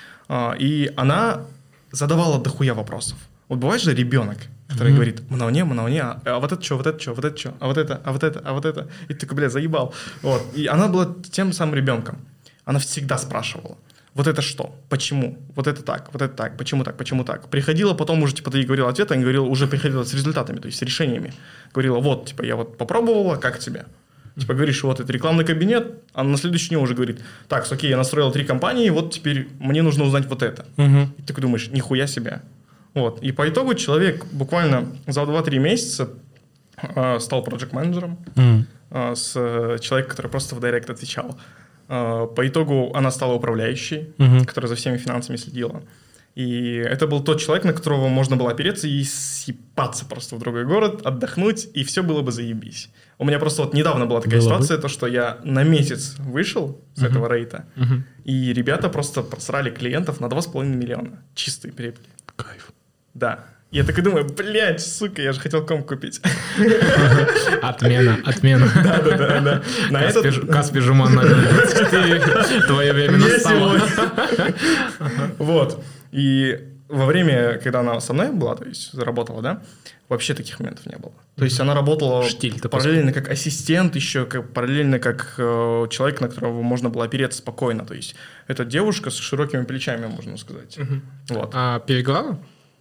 И она задавала дохуя вопросов. Вот бывает же ребенок, который говорит, мне, а вот это что, вот это что, вот это что, а вот это. И ты такой, блядь, заебал. Вот. И она была тем самым ребенком. Она всегда спрашивала. Вот это что? Почему? Вот это так, почему так? Приходила потом уже, типа, ты ей говорил ответ, а не говорил, уже приходила с результатами, то есть с решениями. Говорила, вот, типа, я вот попробовала, как тебе? Типа, говоришь, вот это рекламный кабинет, а на следующий день уже говорит, так, окей, я настроил 3 компании, вот теперь мне нужно узнать вот это. И ты думаешь, нихуя себе. Вот. И по итогу человек буквально за 2-3 месяца стал проект-менеджером с человеком, который просто в директ отвечал. По итогу она стала управляющей, которая за всеми финансами следила. И это был тот человек, на которого можно было опереться и съебаться просто в другой город, отдохнуть, и все было бы заебись. У меня просто вот недавно была такая ситуация, то, что я на месяц вышел с этого рейта, и ребята просто просрали клиентов на 2,5 миллиона. Чистые прибыли. Кайф. Да. Я так и думаю, блядь, сука, я же хотел комп купить. Отмена. Да. Каспий Жуман номер 24. Твое время настало. Вот. И во время, когда она со мной была, то есть заработала, да, вообще таких моментов не было. То есть она работала параллельно как ассистент, еще параллельно как человек, на которого можно было опереться спокойно. То есть это девушка с широкими плечами, можно сказать. Вот. А переиграла?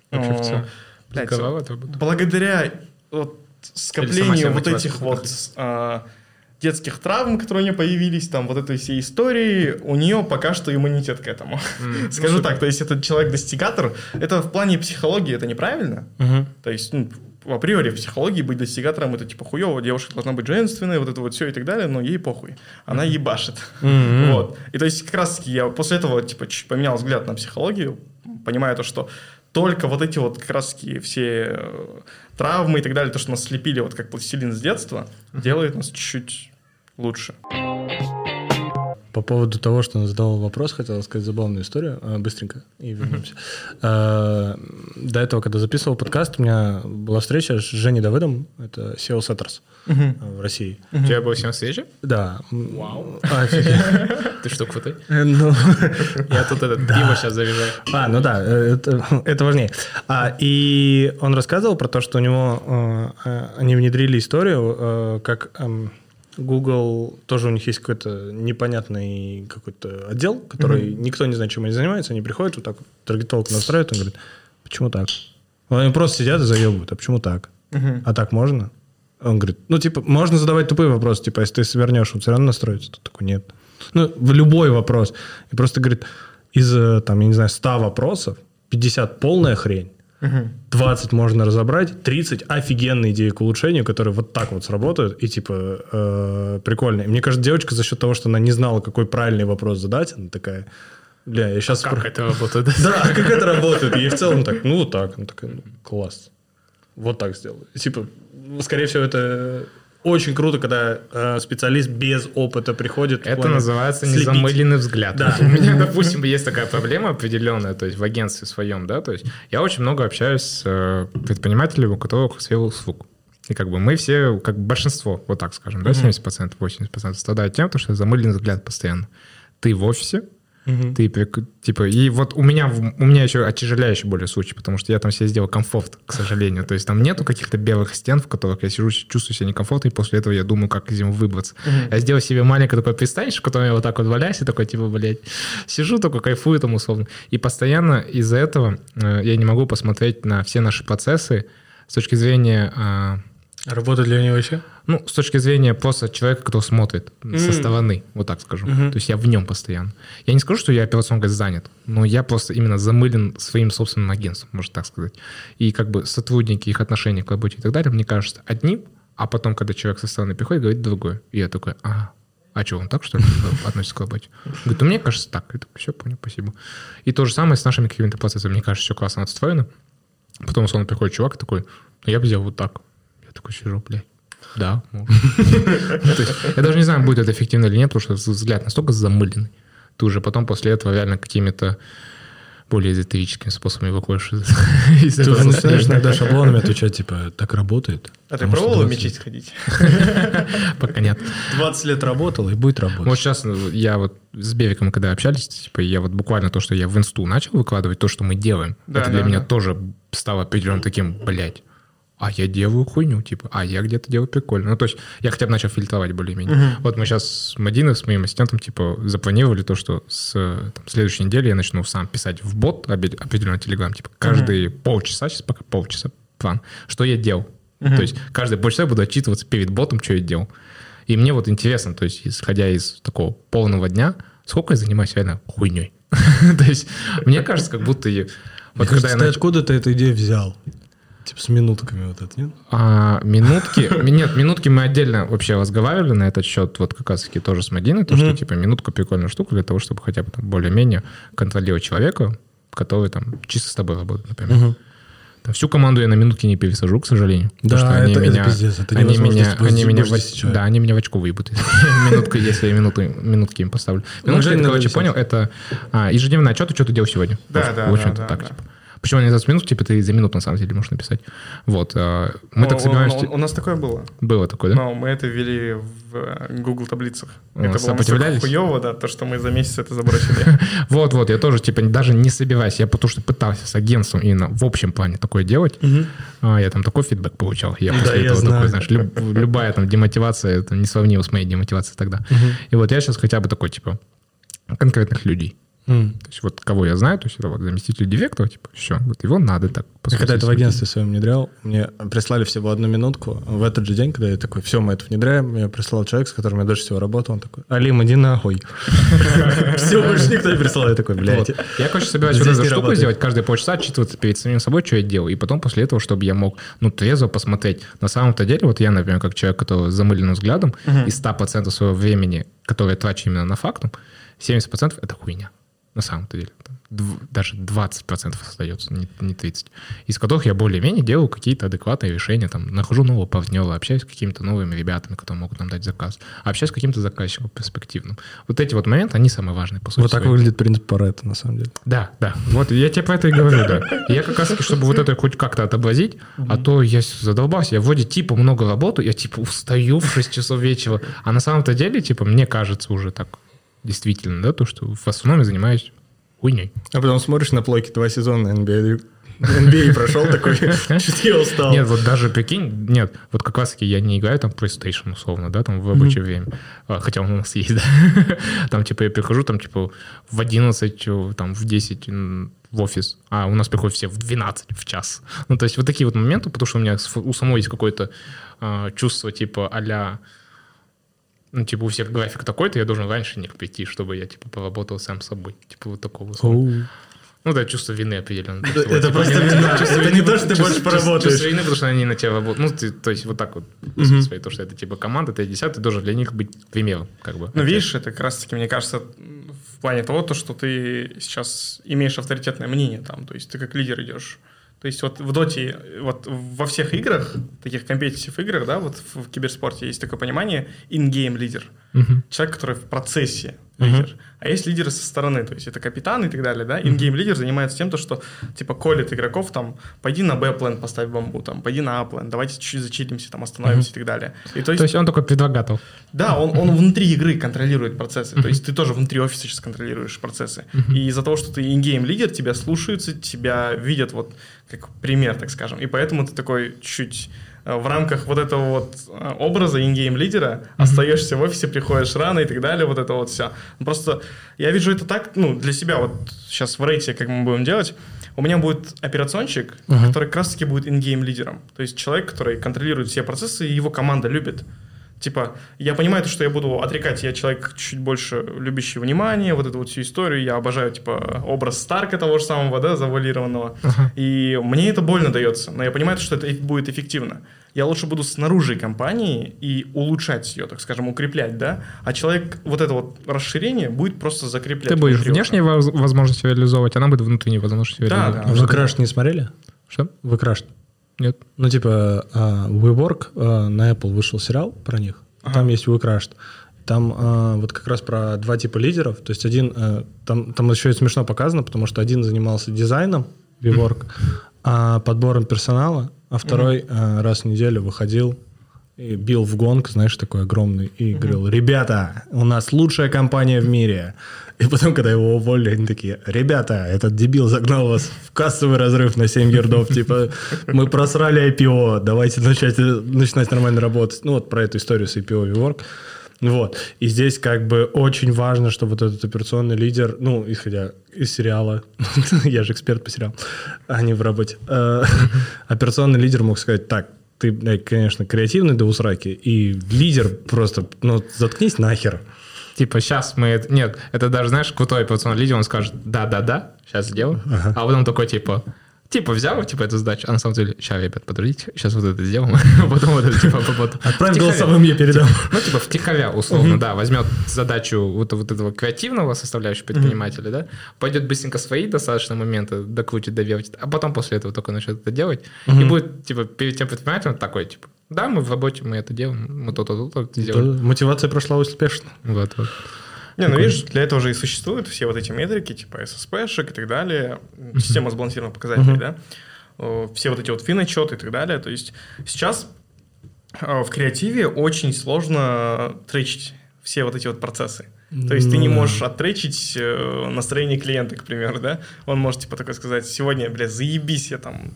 Блядь, благодаря вот скоплению вот этих вот детских травм, которые у нее появились, там вот этой всей истории, у нее пока что иммунитет к этому. Скажу так, то есть этот человек-достигатор, это в плане психологии это неправильно. То есть, в априори в психологии быть достигатором это типа хуево, девушка должна быть женственной, вот это вот все и так далее, но ей похуй. Она ебашит. Вот. И то есть как раз-таки я после этого типа поменял взгляд на психологию, понимая то, что только вот эти вот как раз-таки все травмы и так далее, то, что нас слепили вот как пластилин с детства, делает нас чуть-чуть лучше. по поводу того, что он задал вопрос, хотел сказать забавную историю, быстренько, и вернемся. До этого, когда записывал подкаст, у меня была встреча с Женей Давыдом, это SEO Setters в России. У тебя была всем встреча? Да. Вау. Офигеть. Ты что, крутой? Ну, Я тут пиво сейчас завязаю. ну да, это важнее. И он рассказывал про то, что у него они внедрили историю, как Google, тоже у них есть какой-то непонятный какой-то отдел, который никто не знает, чем они занимаются, они приходят, вот так вот таргетолог настраивают, он говорит, почему так? Они просто сидят и заебывают, а почему так? А так можно? Он говорит, ну, типа, можно задавать тупые вопросы, типа, если ты свернешь, он все равно настроится. Тут такой, нет. Ну, в любой вопрос. И просто, говорит, из, там, я не знаю, 100 вопросов 50 полная хрень, 20 можно разобрать, 30 офигенные идеи к улучшению, которые вот так вот сработают, и, типа, прикольно. И мне кажется, девочка за счет того, что она не знала, какой правильный вопрос задать, она такая, бля, я сейчас... Как это работает? Да, как это работает? И в целом так, ну, вот так. Она такая, класс. Вот так сделаю. Типа, скорее всего, это очень круто, когда специалист без опыта приходит. Это называется незамыленный взгляд. Да. Вот у меня, допустим, есть такая проблема определенная, то есть в агентстве своем, да, то есть я очень много общаюсь с предпринимателями, у которых свой услуг. И как бы мы все, как большинство, вот так скажем, да, 70%, 80% страдают тем, что замыленный взгляд постоянно. Ты в офисе, ты, типа, и вот у меня еще отяжеляющий более случай, потому что я там себе сделал комфорт, к сожалению. То есть там нету каких-то белых стен, в которых я сижу, чувствую себя некомфортно, и после этого я думаю, как из него выбраться. Я сделал себе маленькое такое пристанище, в котором я вот так вот валяюсь, и такой, типа, блядь, сижу, такой кайфую там условно. И постоянно из-за этого я не могу посмотреть на все наши процессы с точки зрения... Работает ли они вообще? Ну, с точки зрения просто человека, кто смотрит со стороны, вот так скажу. То есть я в нем постоянно. Я не скажу, что я операционно занят, но я просто именно замылен своим собственным агентством, можно так сказать. И как бы сотрудники, их отношения к работе и так далее, мне кажется, одним, а потом, когда человек со стороны приходит, говорит другое. И я такой, а что, он так, что ли, относится к работе? Говорит, мне кажется так. Я такой, все, понял, спасибо. И то же самое с нашими какими-то процессами. Мне кажется, все классно отстроено. Потом, условно, приходит чувак и такой, я бы сделал вот так. Я такой сижу, блядь. Да, можно. Я даже не знаю, будет это эффективно или нет, потому что взгляд настолько замыленный. Ты уже потом после этого реально какими-то более эзотерическими способами выходишь из этого. Ты начинаешь иногда шаблонами отвечать, типа, так работает. А ты пробовал в мечеть ходить? Пока нет. 20 лет работал и будет работать. Вот сейчас я вот с Бевиком, когда общались, типа, я вот буквально то, что я в инсту начал выкладывать, то, что мы делаем, это для меня тоже стало определенным таким, блядь, а я делаю хуйню, типа, я где-то делаю прикольно. Ну, то есть я хотя бы начал фильтровать более-менее. Вот мы сейчас с Мадиной, с моим ассистентом, типа, запланировали то, что с следующей недели я начну сам писать в бот определенный Telegram, типа, каждые полчаса, сейчас пока полчаса план, что я делал. То есть каждые полчаса я буду отчитываться перед ботом, что я делал. И мне вот интересно, то есть исходя из такого полного дня, сколько я занимаюсь реально хуйней. То есть мне кажется, как будто... Вот когда ты откуда ты эту идею взял? Типа с минутками вот это, нет? Минутки мы отдельно вообще разговаривали на этот счет, вот как раз-таки тоже с Мадиной, то, что типа минутка прикольная штука для того, чтобы хотя бы там более-менее контролировать человека, который там чисто с тобой работает, например. Там, всю команду я на минутки не пересажу, к сожалению. Да, это пиздец, это невозможно. Они меня в очко выебут. Минутка, если я минутки им поставлю. Минутка, я, короче, понял, это ежедневный отчет, что ты делал сегодня. Да. Почему не за минут, типа ты за минуту на самом деле можешь написать. Вот. Мы так собираемся... У нас такое было. Было такое, да? Но мы это ввели в Google таблицах. Это было настолько хуево, да, то, что мы за месяц это забросили. Вот, я тоже, типа, даже не собираюсь. Я потому что пытался с агентством именно в общем плане такое делать. Я там такой фидбэк получал. Я после этого такой, знаешь, любая там демотивация, это несравнимо с моей демотивацией тогда. И вот я сейчас хотя бы такой, типа, конкретных людей. То есть вот кого я знаю, то есть это вот заместитель директора, типа, все, вот его надо так. Я когда это в агентстве своем внедрял, мне прислали всего 1 минутку. В этот же день, когда я такой, все, мы это внедряем, мне прислал человек, с которым я дольше всего работал, он такой, Алим, иди нахуй. Все, больше никто не прислал. Я такой, блядь. Я, короче, собираюсь вот эту штуку сделать, каждые полчаса отчитываться перед самим собой, что я делал, и потом после этого, чтобы я мог, трезво посмотреть. На самом-то деле, вот я, например, как человек, который с замыленным взглядом, из 100% своего времени, которое я трачу именно на фактум, 70% это хуйня. на самом-то деле. Даже 20% остается, не 30%. Из которых я более-менее делаю какие-то адекватные решения, там, нахожу нового партнера, общаюсь с какими-то новыми ребятами, которые могут нам дать заказ, общаюсь с каким-то заказчиком перспективным. Вот эти вот моменты, они самые важные, по сути. Вот так выглядит принцип Парето, на самом деле. Да. Вот я тебе про это и говорю, да. И я как раз-таки, чтобы вот это хоть как-то отобразить, а то я задолбался, я вроде типа много работаю, я типа устаю в 6 часов вечера, а на самом-то деле, типа, мне кажется уже так действительно, да, то, что в основном я занимаюсь хуйней. А потом смотришь на плойки 2 сезона NBA прошел такой, что-то я устал. Нет, вот даже прикинь, нет, вот как раз-таки я не играю там PlayStation условно, да, там в рабочее время, хотя он у нас есть, да. Там типа я прихожу там типа в 11, там в 10 в офис, а у нас приходят все в 12, в час. Ну, то есть вот такие вот моменты, потому что у меня у самого есть какое-то чувство типа а-ля, ну, типа, у всех график такой-то, я должен раньше них прийти, чтобы я, типа, поработал сам собой. Типа, вот такого. Ну, да, чувство вины определенно. Это просто вина. Это не то, что ты больше поработаешь. Чувство вины, потому что они на тебя работают. Ну, то есть, вот так вот. То, что это, типа, команда, ты 10, ты должен для них быть примером, как бы. Ну, видишь, это как раз-таки, мне кажется, в плане того, то, что ты сейчас имеешь авторитетное мнение там, то есть ты как лидер идешь. То есть вот в доте, вот во всех играх, таких компетитив играх, да, вот в киберспорте есть такое понимание in-game лидер. Человек, который в процессе лидер. А есть лидеры со стороны, то есть это капитан и так далее, да. In-game лидер занимается тем, что типа колет игроков там, пойди на Б-план, поставь бомбу, там, пойди на А-план, давайте чуть-чуть зачилимся, там, остановимся и так далее. И, то есть он такой предлагател. Да, он внутри игры контролирует процессы, то есть ты тоже внутри офиса сейчас контролируешь процессы. И из-за того, что ты in-game лидер, тебя слушаются, тебя видят вот как пример, так скажем. И поэтому ты такой чуть в рамках вот этого вот образа in-game лидера остаешься в офисе, приходишь рано и так далее, вот это вот все. Просто я вижу это так, ну, для себя вот сейчас в рейте, как мы будем делать, у меня будет операционщик, который как раз-таки будет in-game лидером. То есть человек, который контролирует все процессы, и его команда любит. Типа, я понимаю, что я буду отрекать, я человек чуть больше любящий внимание, вот эту вот всю историю, я обожаю, типа, образ Старка того же самого, да, завуалированного, и мне это больно дается, но я понимаю, что это будет эффективно. Я лучше буду снаружи компании и улучшать ее, так скажем, укреплять, да, а человек, вот это вот расширение будет просто закреплять. Ты будешь внешние возможности реализовывать, она будет внутренние возможности реализовывать. Да. Вы Crash не смотрели? Что? Вы Crash? Нет. Ну, типа, WeWork, на Apple вышел сериал про них, там есть WeCrashed. Там вот как раз про 2 типа лидеров. То есть один, там еще и смешно показано, потому что один занимался дизайном, WeWork, подбором персонала, а второй раз в неделю выходил и бил в гонг, знаешь, такой огромный, и говорил: ребята, у нас лучшая компания в мире. И потом, когда его уволили, они такие: ребята, этот дебил загнал вас в кассовый разрыв на 7 ярдов, типа, мы просрали IPO, давайте начинать нормально работать. Ну, вот про эту историю с IPO WeWork. Вот. И здесь как бы очень важно, чтобы вот этот операционный лидер, ну, исходя из сериала, я же эксперт по сериалам, а не в работе, операционный лидер мог сказать: так, ты, конечно, креативный до усраки, и лидер просто, ну, заткнись нахер. Типа, сейчас мы... Нет, это даже, знаешь, крутой операционный лидер, он скажет: да-да-да, сейчас сделаю. А потом такой, типа, взял, типа, эту задачу, а на самом деле: сейчас, ребят, подождите, сейчас вот это сделаем, а потом вот это, типа, отправим голосовым, я передам. Ну, типа, втихаря, условно, да, возьмет задачу вот этого креативного составляющего предпринимателя, да, пойдет быстренько свои достаточно моменты докрутит, довертит, а потом после этого только начнет это делать, и будет, типа, перед тем предпринимателем такой, типа: да, мы в работе, мы это делаем, мы то-то сделаем. Мотивация прошла успешно. Вот. Не, ну видишь, для этого же и существуют все вот эти метрики, типа SSP-шек и так далее, система сбалансированных показателей, да, все вот эти вот финотчеты и так далее. То есть сейчас в креативе очень сложно тречить все вот эти вот процессы. То есть ты не можешь оттречить настроение клиента, к примеру, да? Он может, типа, такой сказать: сегодня, бля, заебись, я там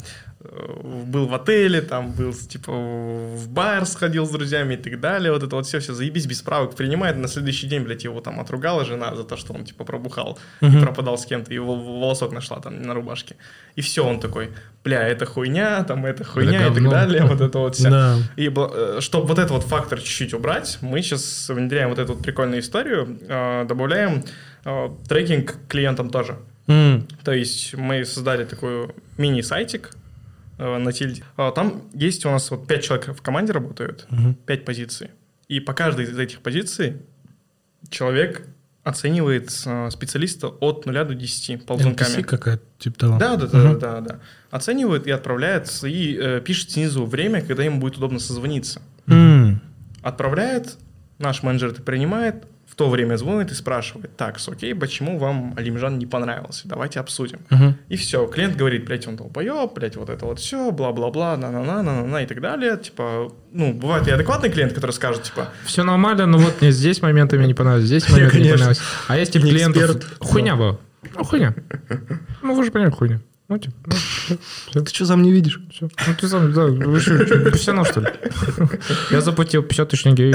был в отеле, там был, типа, в бар сходил с друзьями и так далее, вот это вот все заебись, без справок принимает, на следующий день, блядь, его там отругала жена за то, что он, типа, пробухал и пропадал с кем-то, и волосок нашла там на рубашке. И все, он такой: бля, это хуйня, там, это хуйня и так далее, вот это вот все. Да. И чтобы вот этот вот фактор чуть-чуть убрать, мы сейчас внедряем вот эту вот прикольную историю, добавляем трекинг клиентам тоже. То есть мы создали такой мини-сайтик на Тильде. Там есть у нас вот 5 человек в команде работают, 5 позиций. И по каждой из этих позиций человек оценивает специалиста от 0 до 10 ползунками. NPC какая-то, типа того. Да. Оценивает и отправляет, и пишет снизу время, когда ему будет удобно созвониться. Отправляет, наш менеджер это принимает, в то время звонит и спрашивает: так, окей, почему вам Алимжан не понравился? Давайте обсудим. И все, клиент говорит: блядь, он долбоеб, блядь, вот это вот все, бла-бла-бла, на-на-на и так далее. Типа, ну, бывает и адекватный клиент, который скажет, типа... Все нормально, но вот мне здесь моментами не понравилось, здесь моментами не понравилось. А есть типа клиентов... Хуйня была. Ну, хуйня. Ну, вы же понимаете, хуйня. Ну, типа, ты что, сам не видишь? Все. Ну, ты сам, да, вы что, профессионал, что ли? Я заплатил 50 тысяч тенге.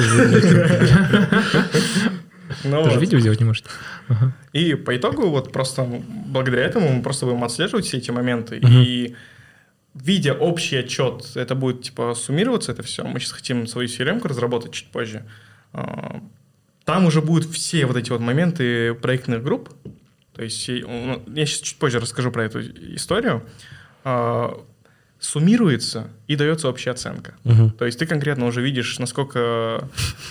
Ты же видео делать не можешь. И по итогу вот просто благодаря этому мы просто будем отслеживать все эти моменты. И видя общий отчет, это будет типа суммироваться это все. Мы сейчас хотим свою CRM-ку разработать чуть позже. Там уже будут все вот эти вот моменты проектных групп. То есть я сейчас чуть позже расскажу про эту историю. Суммируется и дается общая оценка. То есть ты конкретно уже видишь, насколько...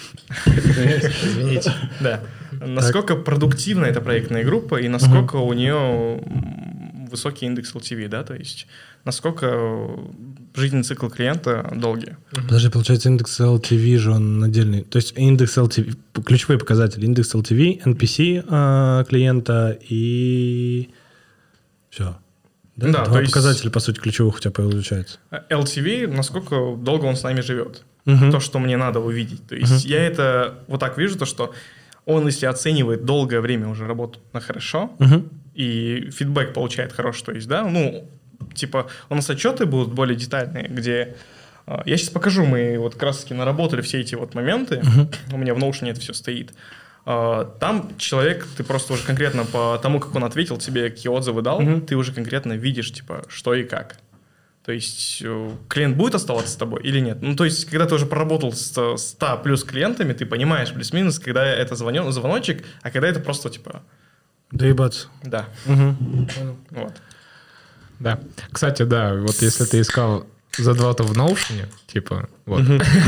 Извините. Да. Насколько продуктивна эта проектная группа и насколько у нее высокий индекс LTV, да, то есть насколько жизненный цикл клиента долгий. Подожди, получается, индекс LTV же он отдельный. То есть индекс LTV, ключевые показатели, индекс LTV, NPC клиента и все. Да, да, два показателя, по сути, ключевых у тебя получается. LTV, насколько долго он с нами живет. То, что мне надо увидеть. То есть я это вот так вижу, то, что он, если оценивает долгое время уже работу на хорошо, и фидбэк получает хороший, то есть, да, ну, типа, у нас отчеты будут более детальные, где... Я сейчас покажу, мы вот как раз-таки наработали все эти вот моменты, у меня в Notion это все стоит. Там человек, ты просто уже конкретно по тому, как он ответил тебе, какие отзывы дал, ты уже конкретно видишь, типа, что и как. То есть клиент будет оставаться с тобой или нет? Ну, то есть, когда ты уже проработал с 100 плюс клиентами, ты понимаешь плюс-минус, когда это звоночек, а когда это просто, типа... Доебаться. Да. Вот. Да. Кстати, да, вот если ты искал задвота в Notion, типа, вот.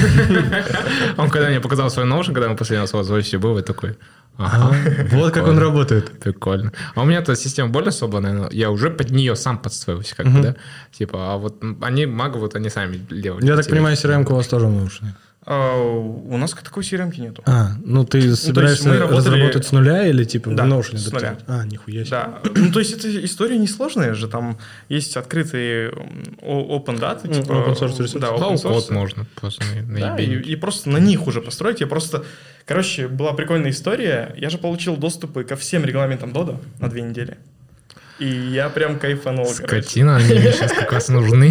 Он когда мне показал свой Notion, когда мы последний раз в офисе был, я такой... Ага, вот как он работает. Прикольно. А у меня-то система более особая, я уже под нее сам подстроился, как бы, да? Типа, а вот они, магы, вот они сами делают. Я так понимаю, CRM-ка у вас тоже в Notion. У нас такой CRM-ки нету. Ну ты собираешься разработать с нуля или типа да, в Notion? с нуля. Нихуя себе. Да, ну то есть эта история несложная же, там есть открытые open data, типа... Open source ресурсы. Да, open source. Код можно просто да, и просто на них уже построить. Я просто... Короче, была прикольная история. Я же получил доступы ко всем регламентам Dodo на 2 недели. И я прям кайфанул. Скотина, они мне сейчас как раз нужны.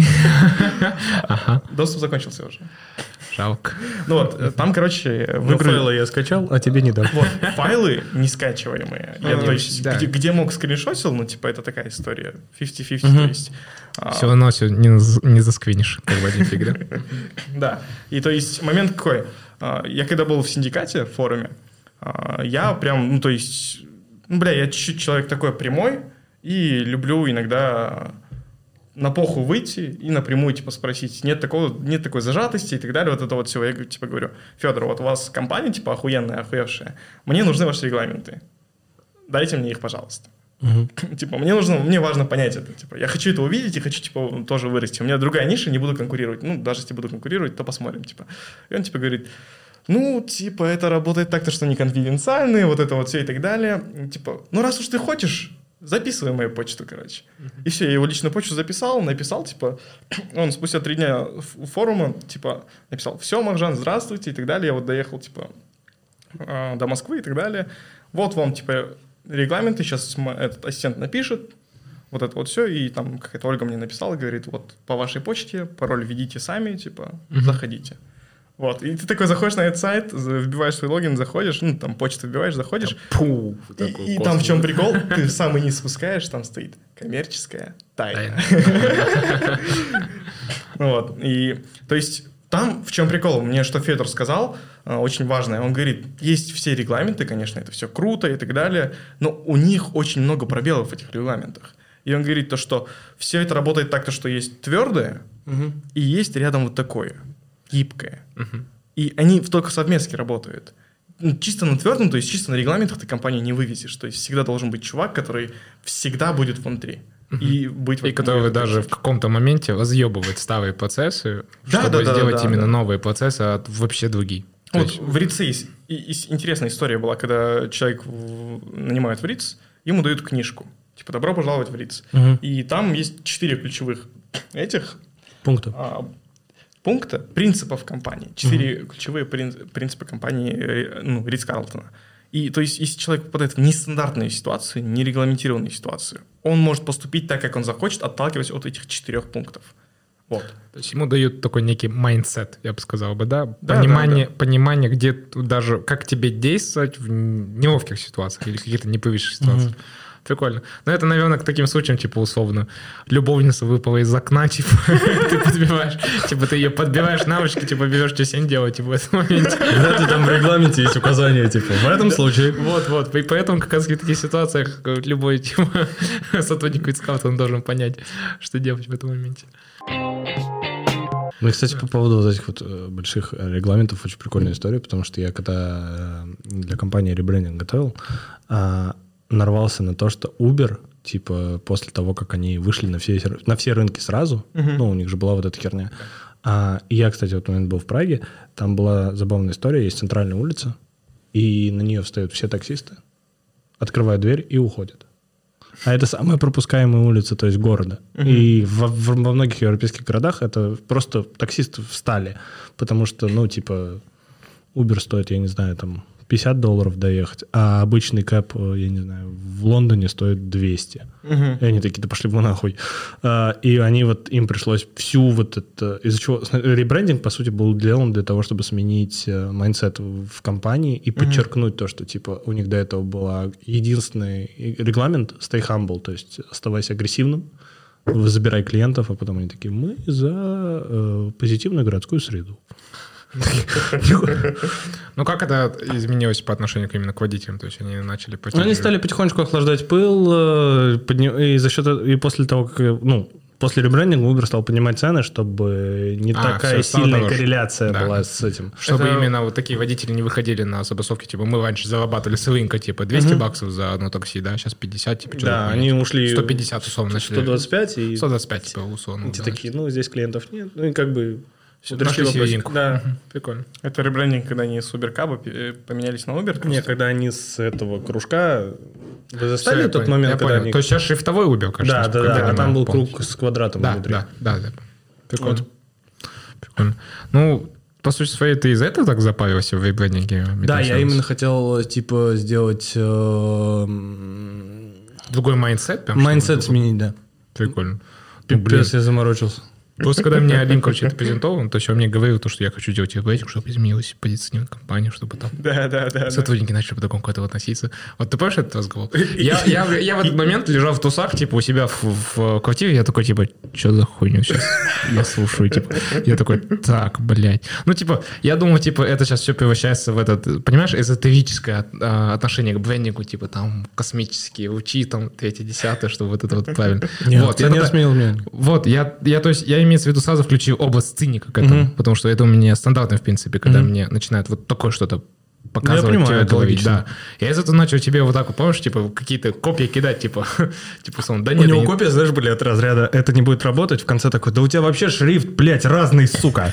Доступ закончился уже. Жалко. Ну вот, там, короче... Файлы я скачал, а тебе не дам. Вот, файлы нескачиваемые. То есть, где мог скриншотил, ну, типа, это такая история. 50-50, то есть... Все равно все не засквинишь, как в один фиг, да? Да. И то есть, момент какой? Я когда был в синдикате, в форуме, я прям, ну, то есть... я чуть-чуть человек такой прямой, и люблю иногда... на похуй выйти и напрямую, типа, спросить. Нет такой зажатости и так далее. Вот это вот все. Я, типа, говорю: Федор, вот у вас компания, типа, охуенная, охуевшая. Мне нужны ваши регламенты. Дайте мне их, пожалуйста. Типа, мне важно понять это. Типа, я хочу это увидеть и хочу, типа, тоже вырасти. У меня другая ниша, не буду конкурировать. Ну, даже если буду конкурировать, то посмотрим, типа. И он, типа, говорит: ну, типа, это работает так-то, что не конфиденциальные, вот это вот все и так далее. Типа, ну, раз уж ты хочешь... записывай мою почту, короче. И все, я его личную почту написал, типа, он спустя 3 дня форума, типа, написал: все, Маржан, здравствуйте, и так далее. Я вот доехал, типа, до Москвы и так далее. Вот вам, типа, регламенты, сейчас этот ассистент напишет, вот это вот все, и там какая-то Ольга мне написала, говорит: вот по вашей почте, пароль введите сами, типа, заходите. Вот, и ты такой заходишь на этот сайт, вбиваешь свой логин, заходишь, ну, там почту вбиваешь, заходишь, и там в чем прикол, ты в самый низ спускаешь, там стоит коммерческая тайна. Вот, и, то есть, там в чем прикол, мне что Федор сказал, очень важное, он говорит: есть все регламенты, конечно, это все круто и так далее, но у них очень много пробелов в этих регламентах. И он говорит то, что все это работает так, что есть твердое, и есть рядом вот такое. Гибкое. И они только совместно работают. чисто на твердом, то есть чисто на регламентах ты компанию не вывезешь. То есть всегда должен быть чувак, который всегда будет внутри. И быть... И который даже в каком-то моменте разъебывает старые процессы, чтобы сделать именно новые процессы, а вообще другие. Вот в РИЦе есть интересная история была, когда человек нанимают в РИЦ, ему дают книжку. Типа, добро пожаловать в РИЦ. И там есть 4 ключевых пункта принципов компании. 4 ключевые принципы компании Ритц-Карлтона. И то есть, если человек попадает в нестандартную ситуацию, нерегламентированную ситуацию, он может поступить так, как он захочет, отталкиваясь от этих 4 пунктов. Вот. То есть ему дают такой некий майндсет, я бы сказал бы, да? Понимание, где даже как тебе действовать в неловких ситуациях или каких-то непривычных ситуациях. Прикольно. Но это, наверное, к таким случаям, типа, условно, любовница выпала из окна, типа, ты подбиваешь, типа, ты ее подбиваешь навычки, типа, берешь, что с ней делать, типа, в этом моменте. Да, там в регламенте есть указания, типа, в этом случае. Вот. И поэтому как раз в таких ситуациях любой, типа, сотрудник Ритц-Карлтона должен понять, что делать в этом моменте. Ну и, кстати, по поводу вот этих вот больших регламентов очень прикольная история, потому что я когда для компании ребрендинг готовил, нарвался на то, что Uber, типа, после того, как они вышли на все рынки сразу, ну, у них же была вот эта херня. И я, кстати, в тот момент был в Праге, там была забавная история, есть центральная улица, и на нее встают все таксисты, открывают дверь и уходят. А это самая пропускаемая улица, то есть города. И во многих европейских городах это просто таксисты встали, потому что, ну, типа, Uber стоит, я не знаю, там, $50 доехать, а обычный кэп, я не знаю, в Лондоне стоит 200. И они такие, да пошли бы нахуй. И они вот, им пришлось всю вот это... Из-за чего... Ребрендинг, по сути, был сделан для того, чтобы сменить майндсет в компании и подчеркнуть то, что, типа, у них до этого был единственный регламент stay humble, то есть оставайся агрессивным, забирай клиентов, а потом они такие, мы за позитивную городскую среду. Ну, как это изменилось по отношению именно к водителям? То есть они начали... Они стали потихонечку охлаждать пыл, и за счет... И после того, как... Ну, после ребрендинга Uber стал поднимать цены, чтобы не такая сильная корреляция была с этим. Чтобы именно вот такие водители не выходили на забастовки. Типа мы раньше зарабатывали с рынка, типа, $200 за одно такси, да, сейчас 50, типа, что-то. Да, они ушли... 150, условно, начали. 125 и... 125, типа, условно. Эти такие, ну, здесь клиентов нет. Ну, и как бы... Нашли серединку. Да. Прикольно. Это ребрендинг, когда они с Uber-каба поменялись на Uber? Нет, когда они с этого кружка... Вы застали тот момент, я когда понял. они... То есть сейчас шрифтовой Uber, кажется. Да. А там был круг с квадратом внутри. Да. Прикольно. Прикольно. Ну, по сути своей, ты из-за этого так запарился в ребрендинге? Да, я именно хотел, типа, сделать... Другой майндсет? Майндсет сменить, да. Прикольно. Пипец, я заморочился. Просто когда мне Алим, короче, это презентовал, то есть он мне говорил, что я хочу делать ребрендинг, чтобы изменилась позиционирование компании, чтобы там сотрудники начали по-другому к этому относиться. Вот ты помнишь этот разговор? Я в этот момент лежал в тусах, типа, у себя в квартире, я такой, типа, что за хуйню сейчас? Я слушаю, типа, я такой, так, блядь. Ну, типа, я думаю, типа, это сейчас все превращается в этот, понимаешь, эзотерическое отношение к брендингу, типа, там, космические лучи, там, 3-10, что вот это вот правильно. Нет, я не сменил мнение. Вот, то есть, я имеется в виду, сразу включил область циника к этому, потому что это у меня стандартно, в принципе, когда мне начинают вот такое что-то показывать, тебе говорить, да. Я из этого начал тебе вот так, помнишь, типа, какие-то копии кидать, типа, да нет. У него копия, знаешь, были от разряда, это не будет работать, в конце такой, да у тебя вообще шрифт, блядь, разный, сука.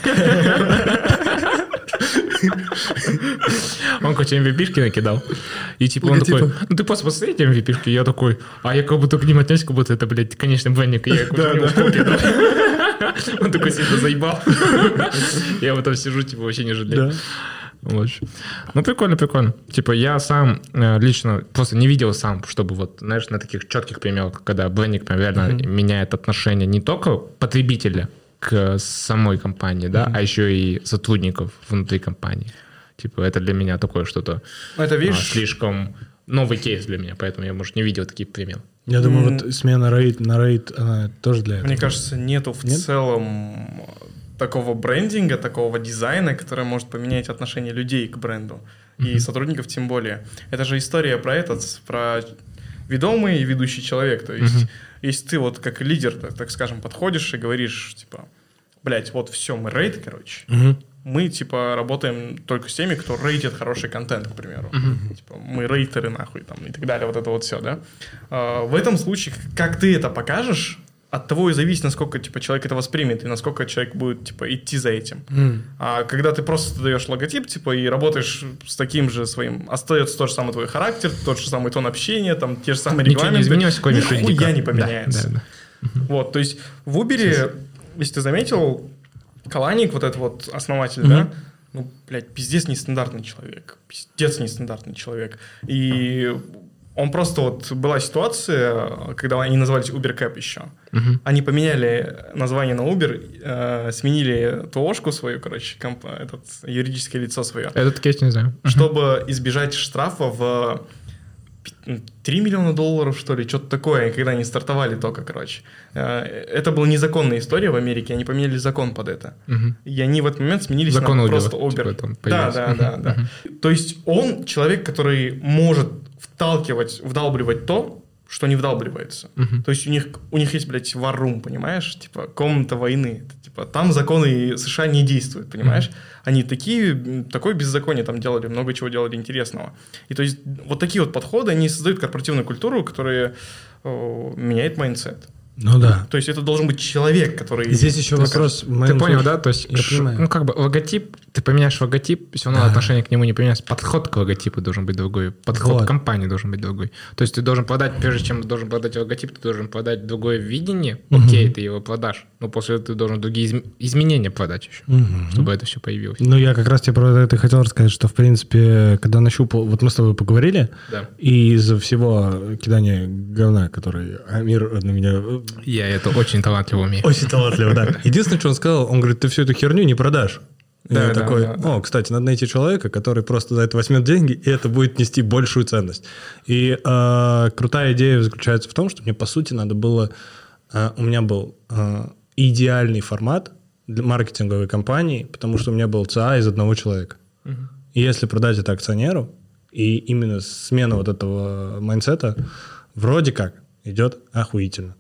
Он, короче, MVP-шки накидал. И типа он такой, ну ты просто посмотри эти MVP-шки. Я такой, а я как будто к ним относюсь, как будто это, блядь, конечный брендинг. Я у него в копии. Он такой сильно заебал. Я вот там сижу, типа, вообще не жалею. Ну, прикольно. Типа, я сам лично просто не видел сам, чтобы вот, знаешь, на таких четких примерах, когда брендинг прям реально меняет отношение не только потребителя к самой компании, да, а еще и сотрудников внутри компании. Типа, это для меня такое что-то слишком новый кейс для меня, поэтому я, может, не видел таких примеров. Я думаю, вот смена на рейд, она тоже для этого. Мне кажется, нету в целом такого брендинга, такого дизайна, который может поменять отношение людей к бренду. И сотрудников тем более. Это же история про ведомый и ведущий человек. То есть, если ты вот как лидер, так скажем, подходишь и говоришь, типа, блядь, вот все, мы рейд, короче, мы, типа, работаем только с теми, кто рейтит хороший контент, к примеру. Типа, мы рейтеры, нахуй, там, и так далее, вот это вот все, да. В этом случае, как ты это покажешь, от того и зависит, насколько, типа, человек это воспримет, и насколько человек будет, типа, идти за этим. А когда ты просто даешь логотип, типа, и работаешь с таким же своим, остается тот же самый твой характер, тот же самый тон общения, там, те же самые регламенты. Ничего не изменилось, кроме шильдика. Нихуя не поменяется. Да. Вот, то есть в Uber, если ты заметил, Каланик, вот этот вот основатель, да, ну, блядь, пиздец нестандартный человек. И он просто вот... Была ситуация, когда они назывались UberCap еще. Они поменяли название на Uber, сменили ТОшку свою, короче, юридическое лицо свое. Этот кейс не знаю. Чтобы избежать штрафа в 3 миллиона долларов, что ли, что-то такое, когда они стартовали только, короче. Это была незаконная история в Америке, они поменяли закон под это. И они в этот момент сменились закон на просто Uber. Типа, Да. То есть он человек, который может вдалбливать то, что не вдалбливается. То есть у них есть, блядь, war room, понимаешь? Типа комната войны. Типа там законы США не действуют, понимаешь? Они такое беззаконие там делали, много чего делали интересного. И то есть вот такие вот подходы, они создают корпоративную культуру, которая меняет майндсет. Ну да. То есть это должен быть человек, который... Здесь еще вопрос... Ты понял, да? То есть, ну как бы логотип, ты поменяешь логотип, все равно отношение к нему не поменяется. Подход к логотипу должен быть другой, подход к компании должен быть другой. То есть ты должен продать, прежде чем должен продать логотип, ты должен продать другое видение. Окей, ты его продашь, но после этого ты должен другие изменения продать еще, чтобы это все появилось. Ну я как раз тебе про это и хотел рассказать, что в принципе, когда нащупал... Вот мы с тобой поговорили, и из-за всего кидания говна, который Амир на меня... Я это очень талантливо умею. Очень талантливо, да. Единственное, что он сказал, он говорит, ты всю эту херню не продашь. Я такой, кстати, надо найти человека, который просто за это возьмет деньги, и это будет нести большую ценность. И крутая идея заключается в том, что мне, по сути, надо было... у меня был идеальный формат для маркетинговой кампании, потому что у меня был ЦА из одного человека. И если продать это акционеру, и именно смена вот этого майндсета вроде как идет охуительно.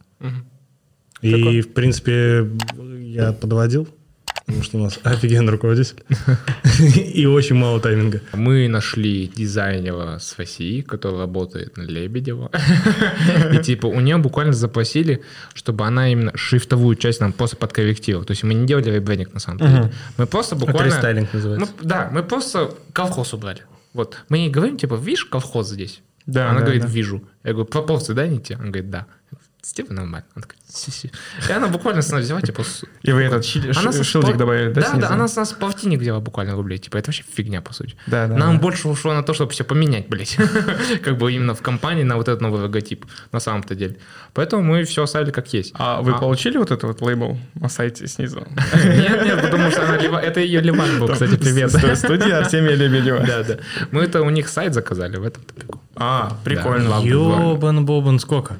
И, в принципе, я подводил, потому что у нас офигенный руководитель и очень мало тайминга. Мы нашли дизайнера с России, который работает на Лебедева. И типа у нее буквально запросили, чтобы она именно шрифтовую часть нам просто подкорректировала. То есть мы не делали ребрендинг на самом деле. Мы просто буквально... Это рестайлинг называется. Мы просто колхоз убрали. Вот. Мы ей говорим, типа, видишь колхоз здесь? Да, она говорит, вижу. Я говорю, пропорции, да, не те? Она говорит, да. Типа нормально. Она такая, си-си. И она буквально с нас взяла, типа... И вы этот шилдик добавили, да? Да, она с нас полтинник взяла буквально рублей. Типа, это вообще фигня, по сути. Да. Нам больше ушло на то, чтобы все поменять, блядь. Как бы именно в компании на вот этот новый логотип, на самом-то деле. Поэтому мы все оставили как есть. А вы получили вот этот вот лейбл на сайте снизу? Нет, потому что это ее Ливан был, кстати, привет. Студия Артемия Лебедева. Да. Мы это у них сайт заказали, в этом-то прикол. Прикольно. Ёбан-бобан, сколько?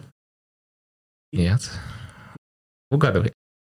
Нет. Угадывай.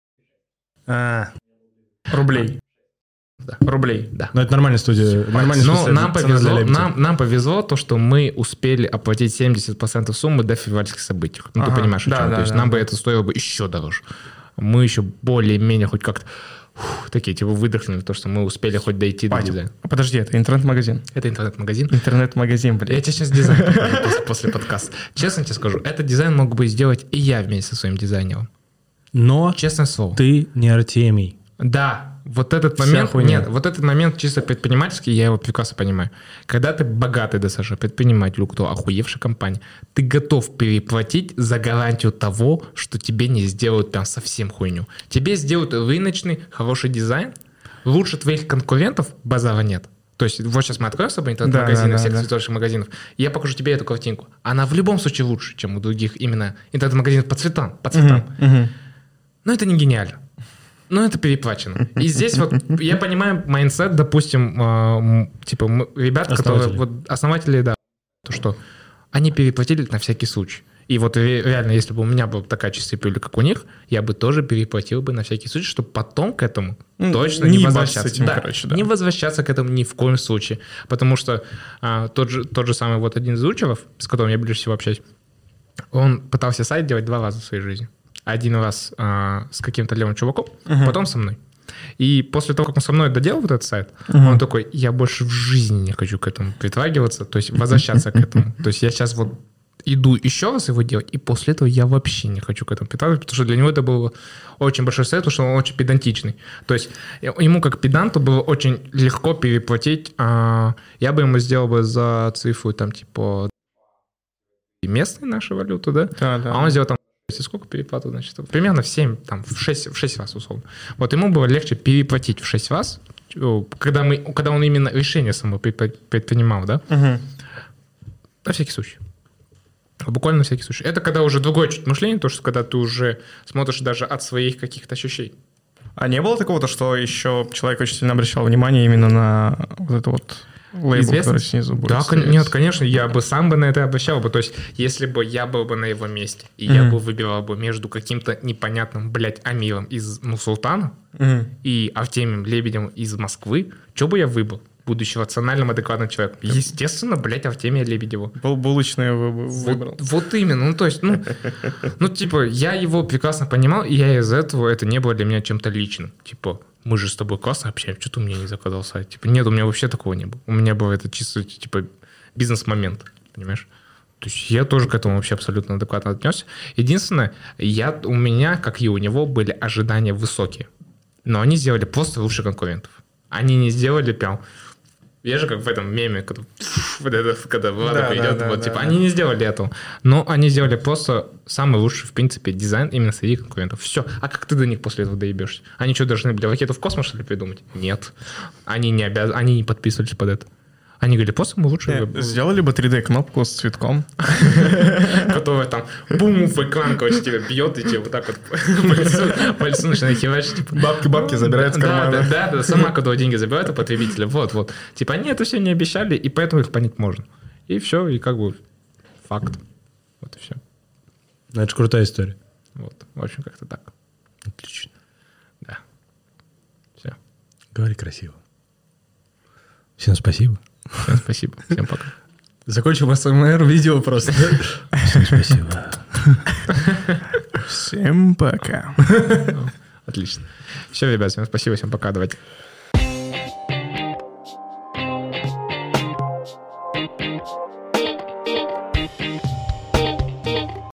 Рублей. Да. Рублей. Да. Но это нормальная студия. Но нам повезло то, что мы успели оплатить 70% суммы до февральских событий. Ну, ты понимаешь, о чем. То есть нам бы это стоило бы еще дороже. Мы еще более-менее хоть как-то такие, типа, выдохнули, то, что мы успели хоть дойти до дизайна. Подожди, это интернет-магазин? Это интернет-магазин. Интернет-магазин, блин. Я тебе сейчас дизайн покажу после подкаста. Честно тебе скажу, этот дизайн мог бы сделать и я вместе со своим дизайнером. Но честное слово. Ты не Артемий. Да, вот этот момент, вот этот момент чисто предпринимательский, я его прекрасно понимаю. Когда ты богатый достаточно предприниматель, у кто охуевшая компания, ты готов переплатить за гарантию того, что тебе не сделают прям совсем хуйню. Тебе сделают рыночный хороший дизайн, лучше твоих конкурентов базара нет. То есть вот сейчас мы откроем с тобой интернет-магазины, всех цветочных магазинов, и я покажу тебе эту картинку. Она в любом случае лучше, чем у других именно интернет-магазинов по цветам. Но это не гениально. Но это переплачено. И здесь вот я понимаю майндсет, допустим, типа ребят, которые... Вот, основатели, да, то, что они переплатили на всякий случай. И вот реально, если бы у меня была такая чистая пиля, как у них, я бы тоже переплатил бы на всякий случай, чтобы потом к этому точно не возвращаться. Этим, не возвращаться к этому ни в коем случае. Потому что тот же самый вот один из учеров, с которым я ближе всего общаюсь, он пытался сайт делать 2 раза в своей жизни. Один раз с каким-то левым чуваком, потом со мной. И после того, как он со мной доделал вот этот сайт, он такой, я больше в жизни не хочу к этому притрагиваться, то есть возвращаться к этому. То есть я сейчас вот иду еще раз его делать, и после этого я вообще не хочу к этому притрагиваться, потому что для него это был очень большой совет, потому что он очень педантичный. То есть ему как педанту было очень легко переплатить. Я бы ему сделал бы за цифру там типа местной нашей валюты, да? Да. А он сделал там сколько переплату, значит? Примерно в 7, там, в 6 раз, условно. Вот ему было легче переплатить в 6 раз, когда он именно решение само предпринимал, да? На всякий случай. Буквально на всякий случай. Это когда уже другое чуть мышление, то, что когда ты уже смотришь даже от своих каких-то ощущений. А не было такого, что еще человек очень сильно обращал внимание именно на вот это вот лейбл, который снизу будет? Да, нет, конечно, я бы сам бы на это обращал бы. То есть, если бы я был бы на его месте, и я бы выбирал бы между каким-то непонятным, блядь, Амиром из Нур-Султана и Артемием Лебедем из Москвы, что бы я выбрал? Будучи рациональным, адекватным человеком. Естественно, блядь, Артемия Лебедева. Булочный выбрал. Вот именно. Ну, то есть, типа, я его прекрасно понимал, и я из этого, это не было для меня чем-то личным. Типа, мы же с тобой классно общаемся, что ты мне не заказал сайт? Типа, нет, у меня вообще такого не было. У меня был это чисто, типа, бизнес-момент, понимаешь? То есть я тоже к этому вообще абсолютно адекватно отнесся. Единственное, у меня, как и у него, были ожидания высокие. Но они сделали просто лучше конкурентов. Они не сделали прям... Я же как в этом меме, когда Влада идет, типа, они не сделали этого. Но они сделали просто самый лучший, в принципе, дизайн именно среди конкурентов. Все. А как ты до них после этого доебешься? Они что, должны были ракету в космос, что ли, придумать? Нет. Они не подписывались под это. Они говорили, просто мы лучше... Сделали бы 3D-кнопку с цветком. Которая там бум в экран, короче, тебя бьет, и тебе вот так вот по лицу начинает херачить. Бабки забирают с кармана. Да, сама, которая деньги забирает у потребителя. Вот. Типа они это все не обещали, и поэтому их понять можно. И все, и как бы факт. Вот и все. Это же крутая история. Вот, в общем, как-то так. Отлично. Да. Все. Говори красиво. Всем спасибо. Всем спасибо. Всем пока. Закончим СМР видео просто. Всем спасибо. Всем пока. Отлично. Все, ребят, всем спасибо, всем пока. Давайте.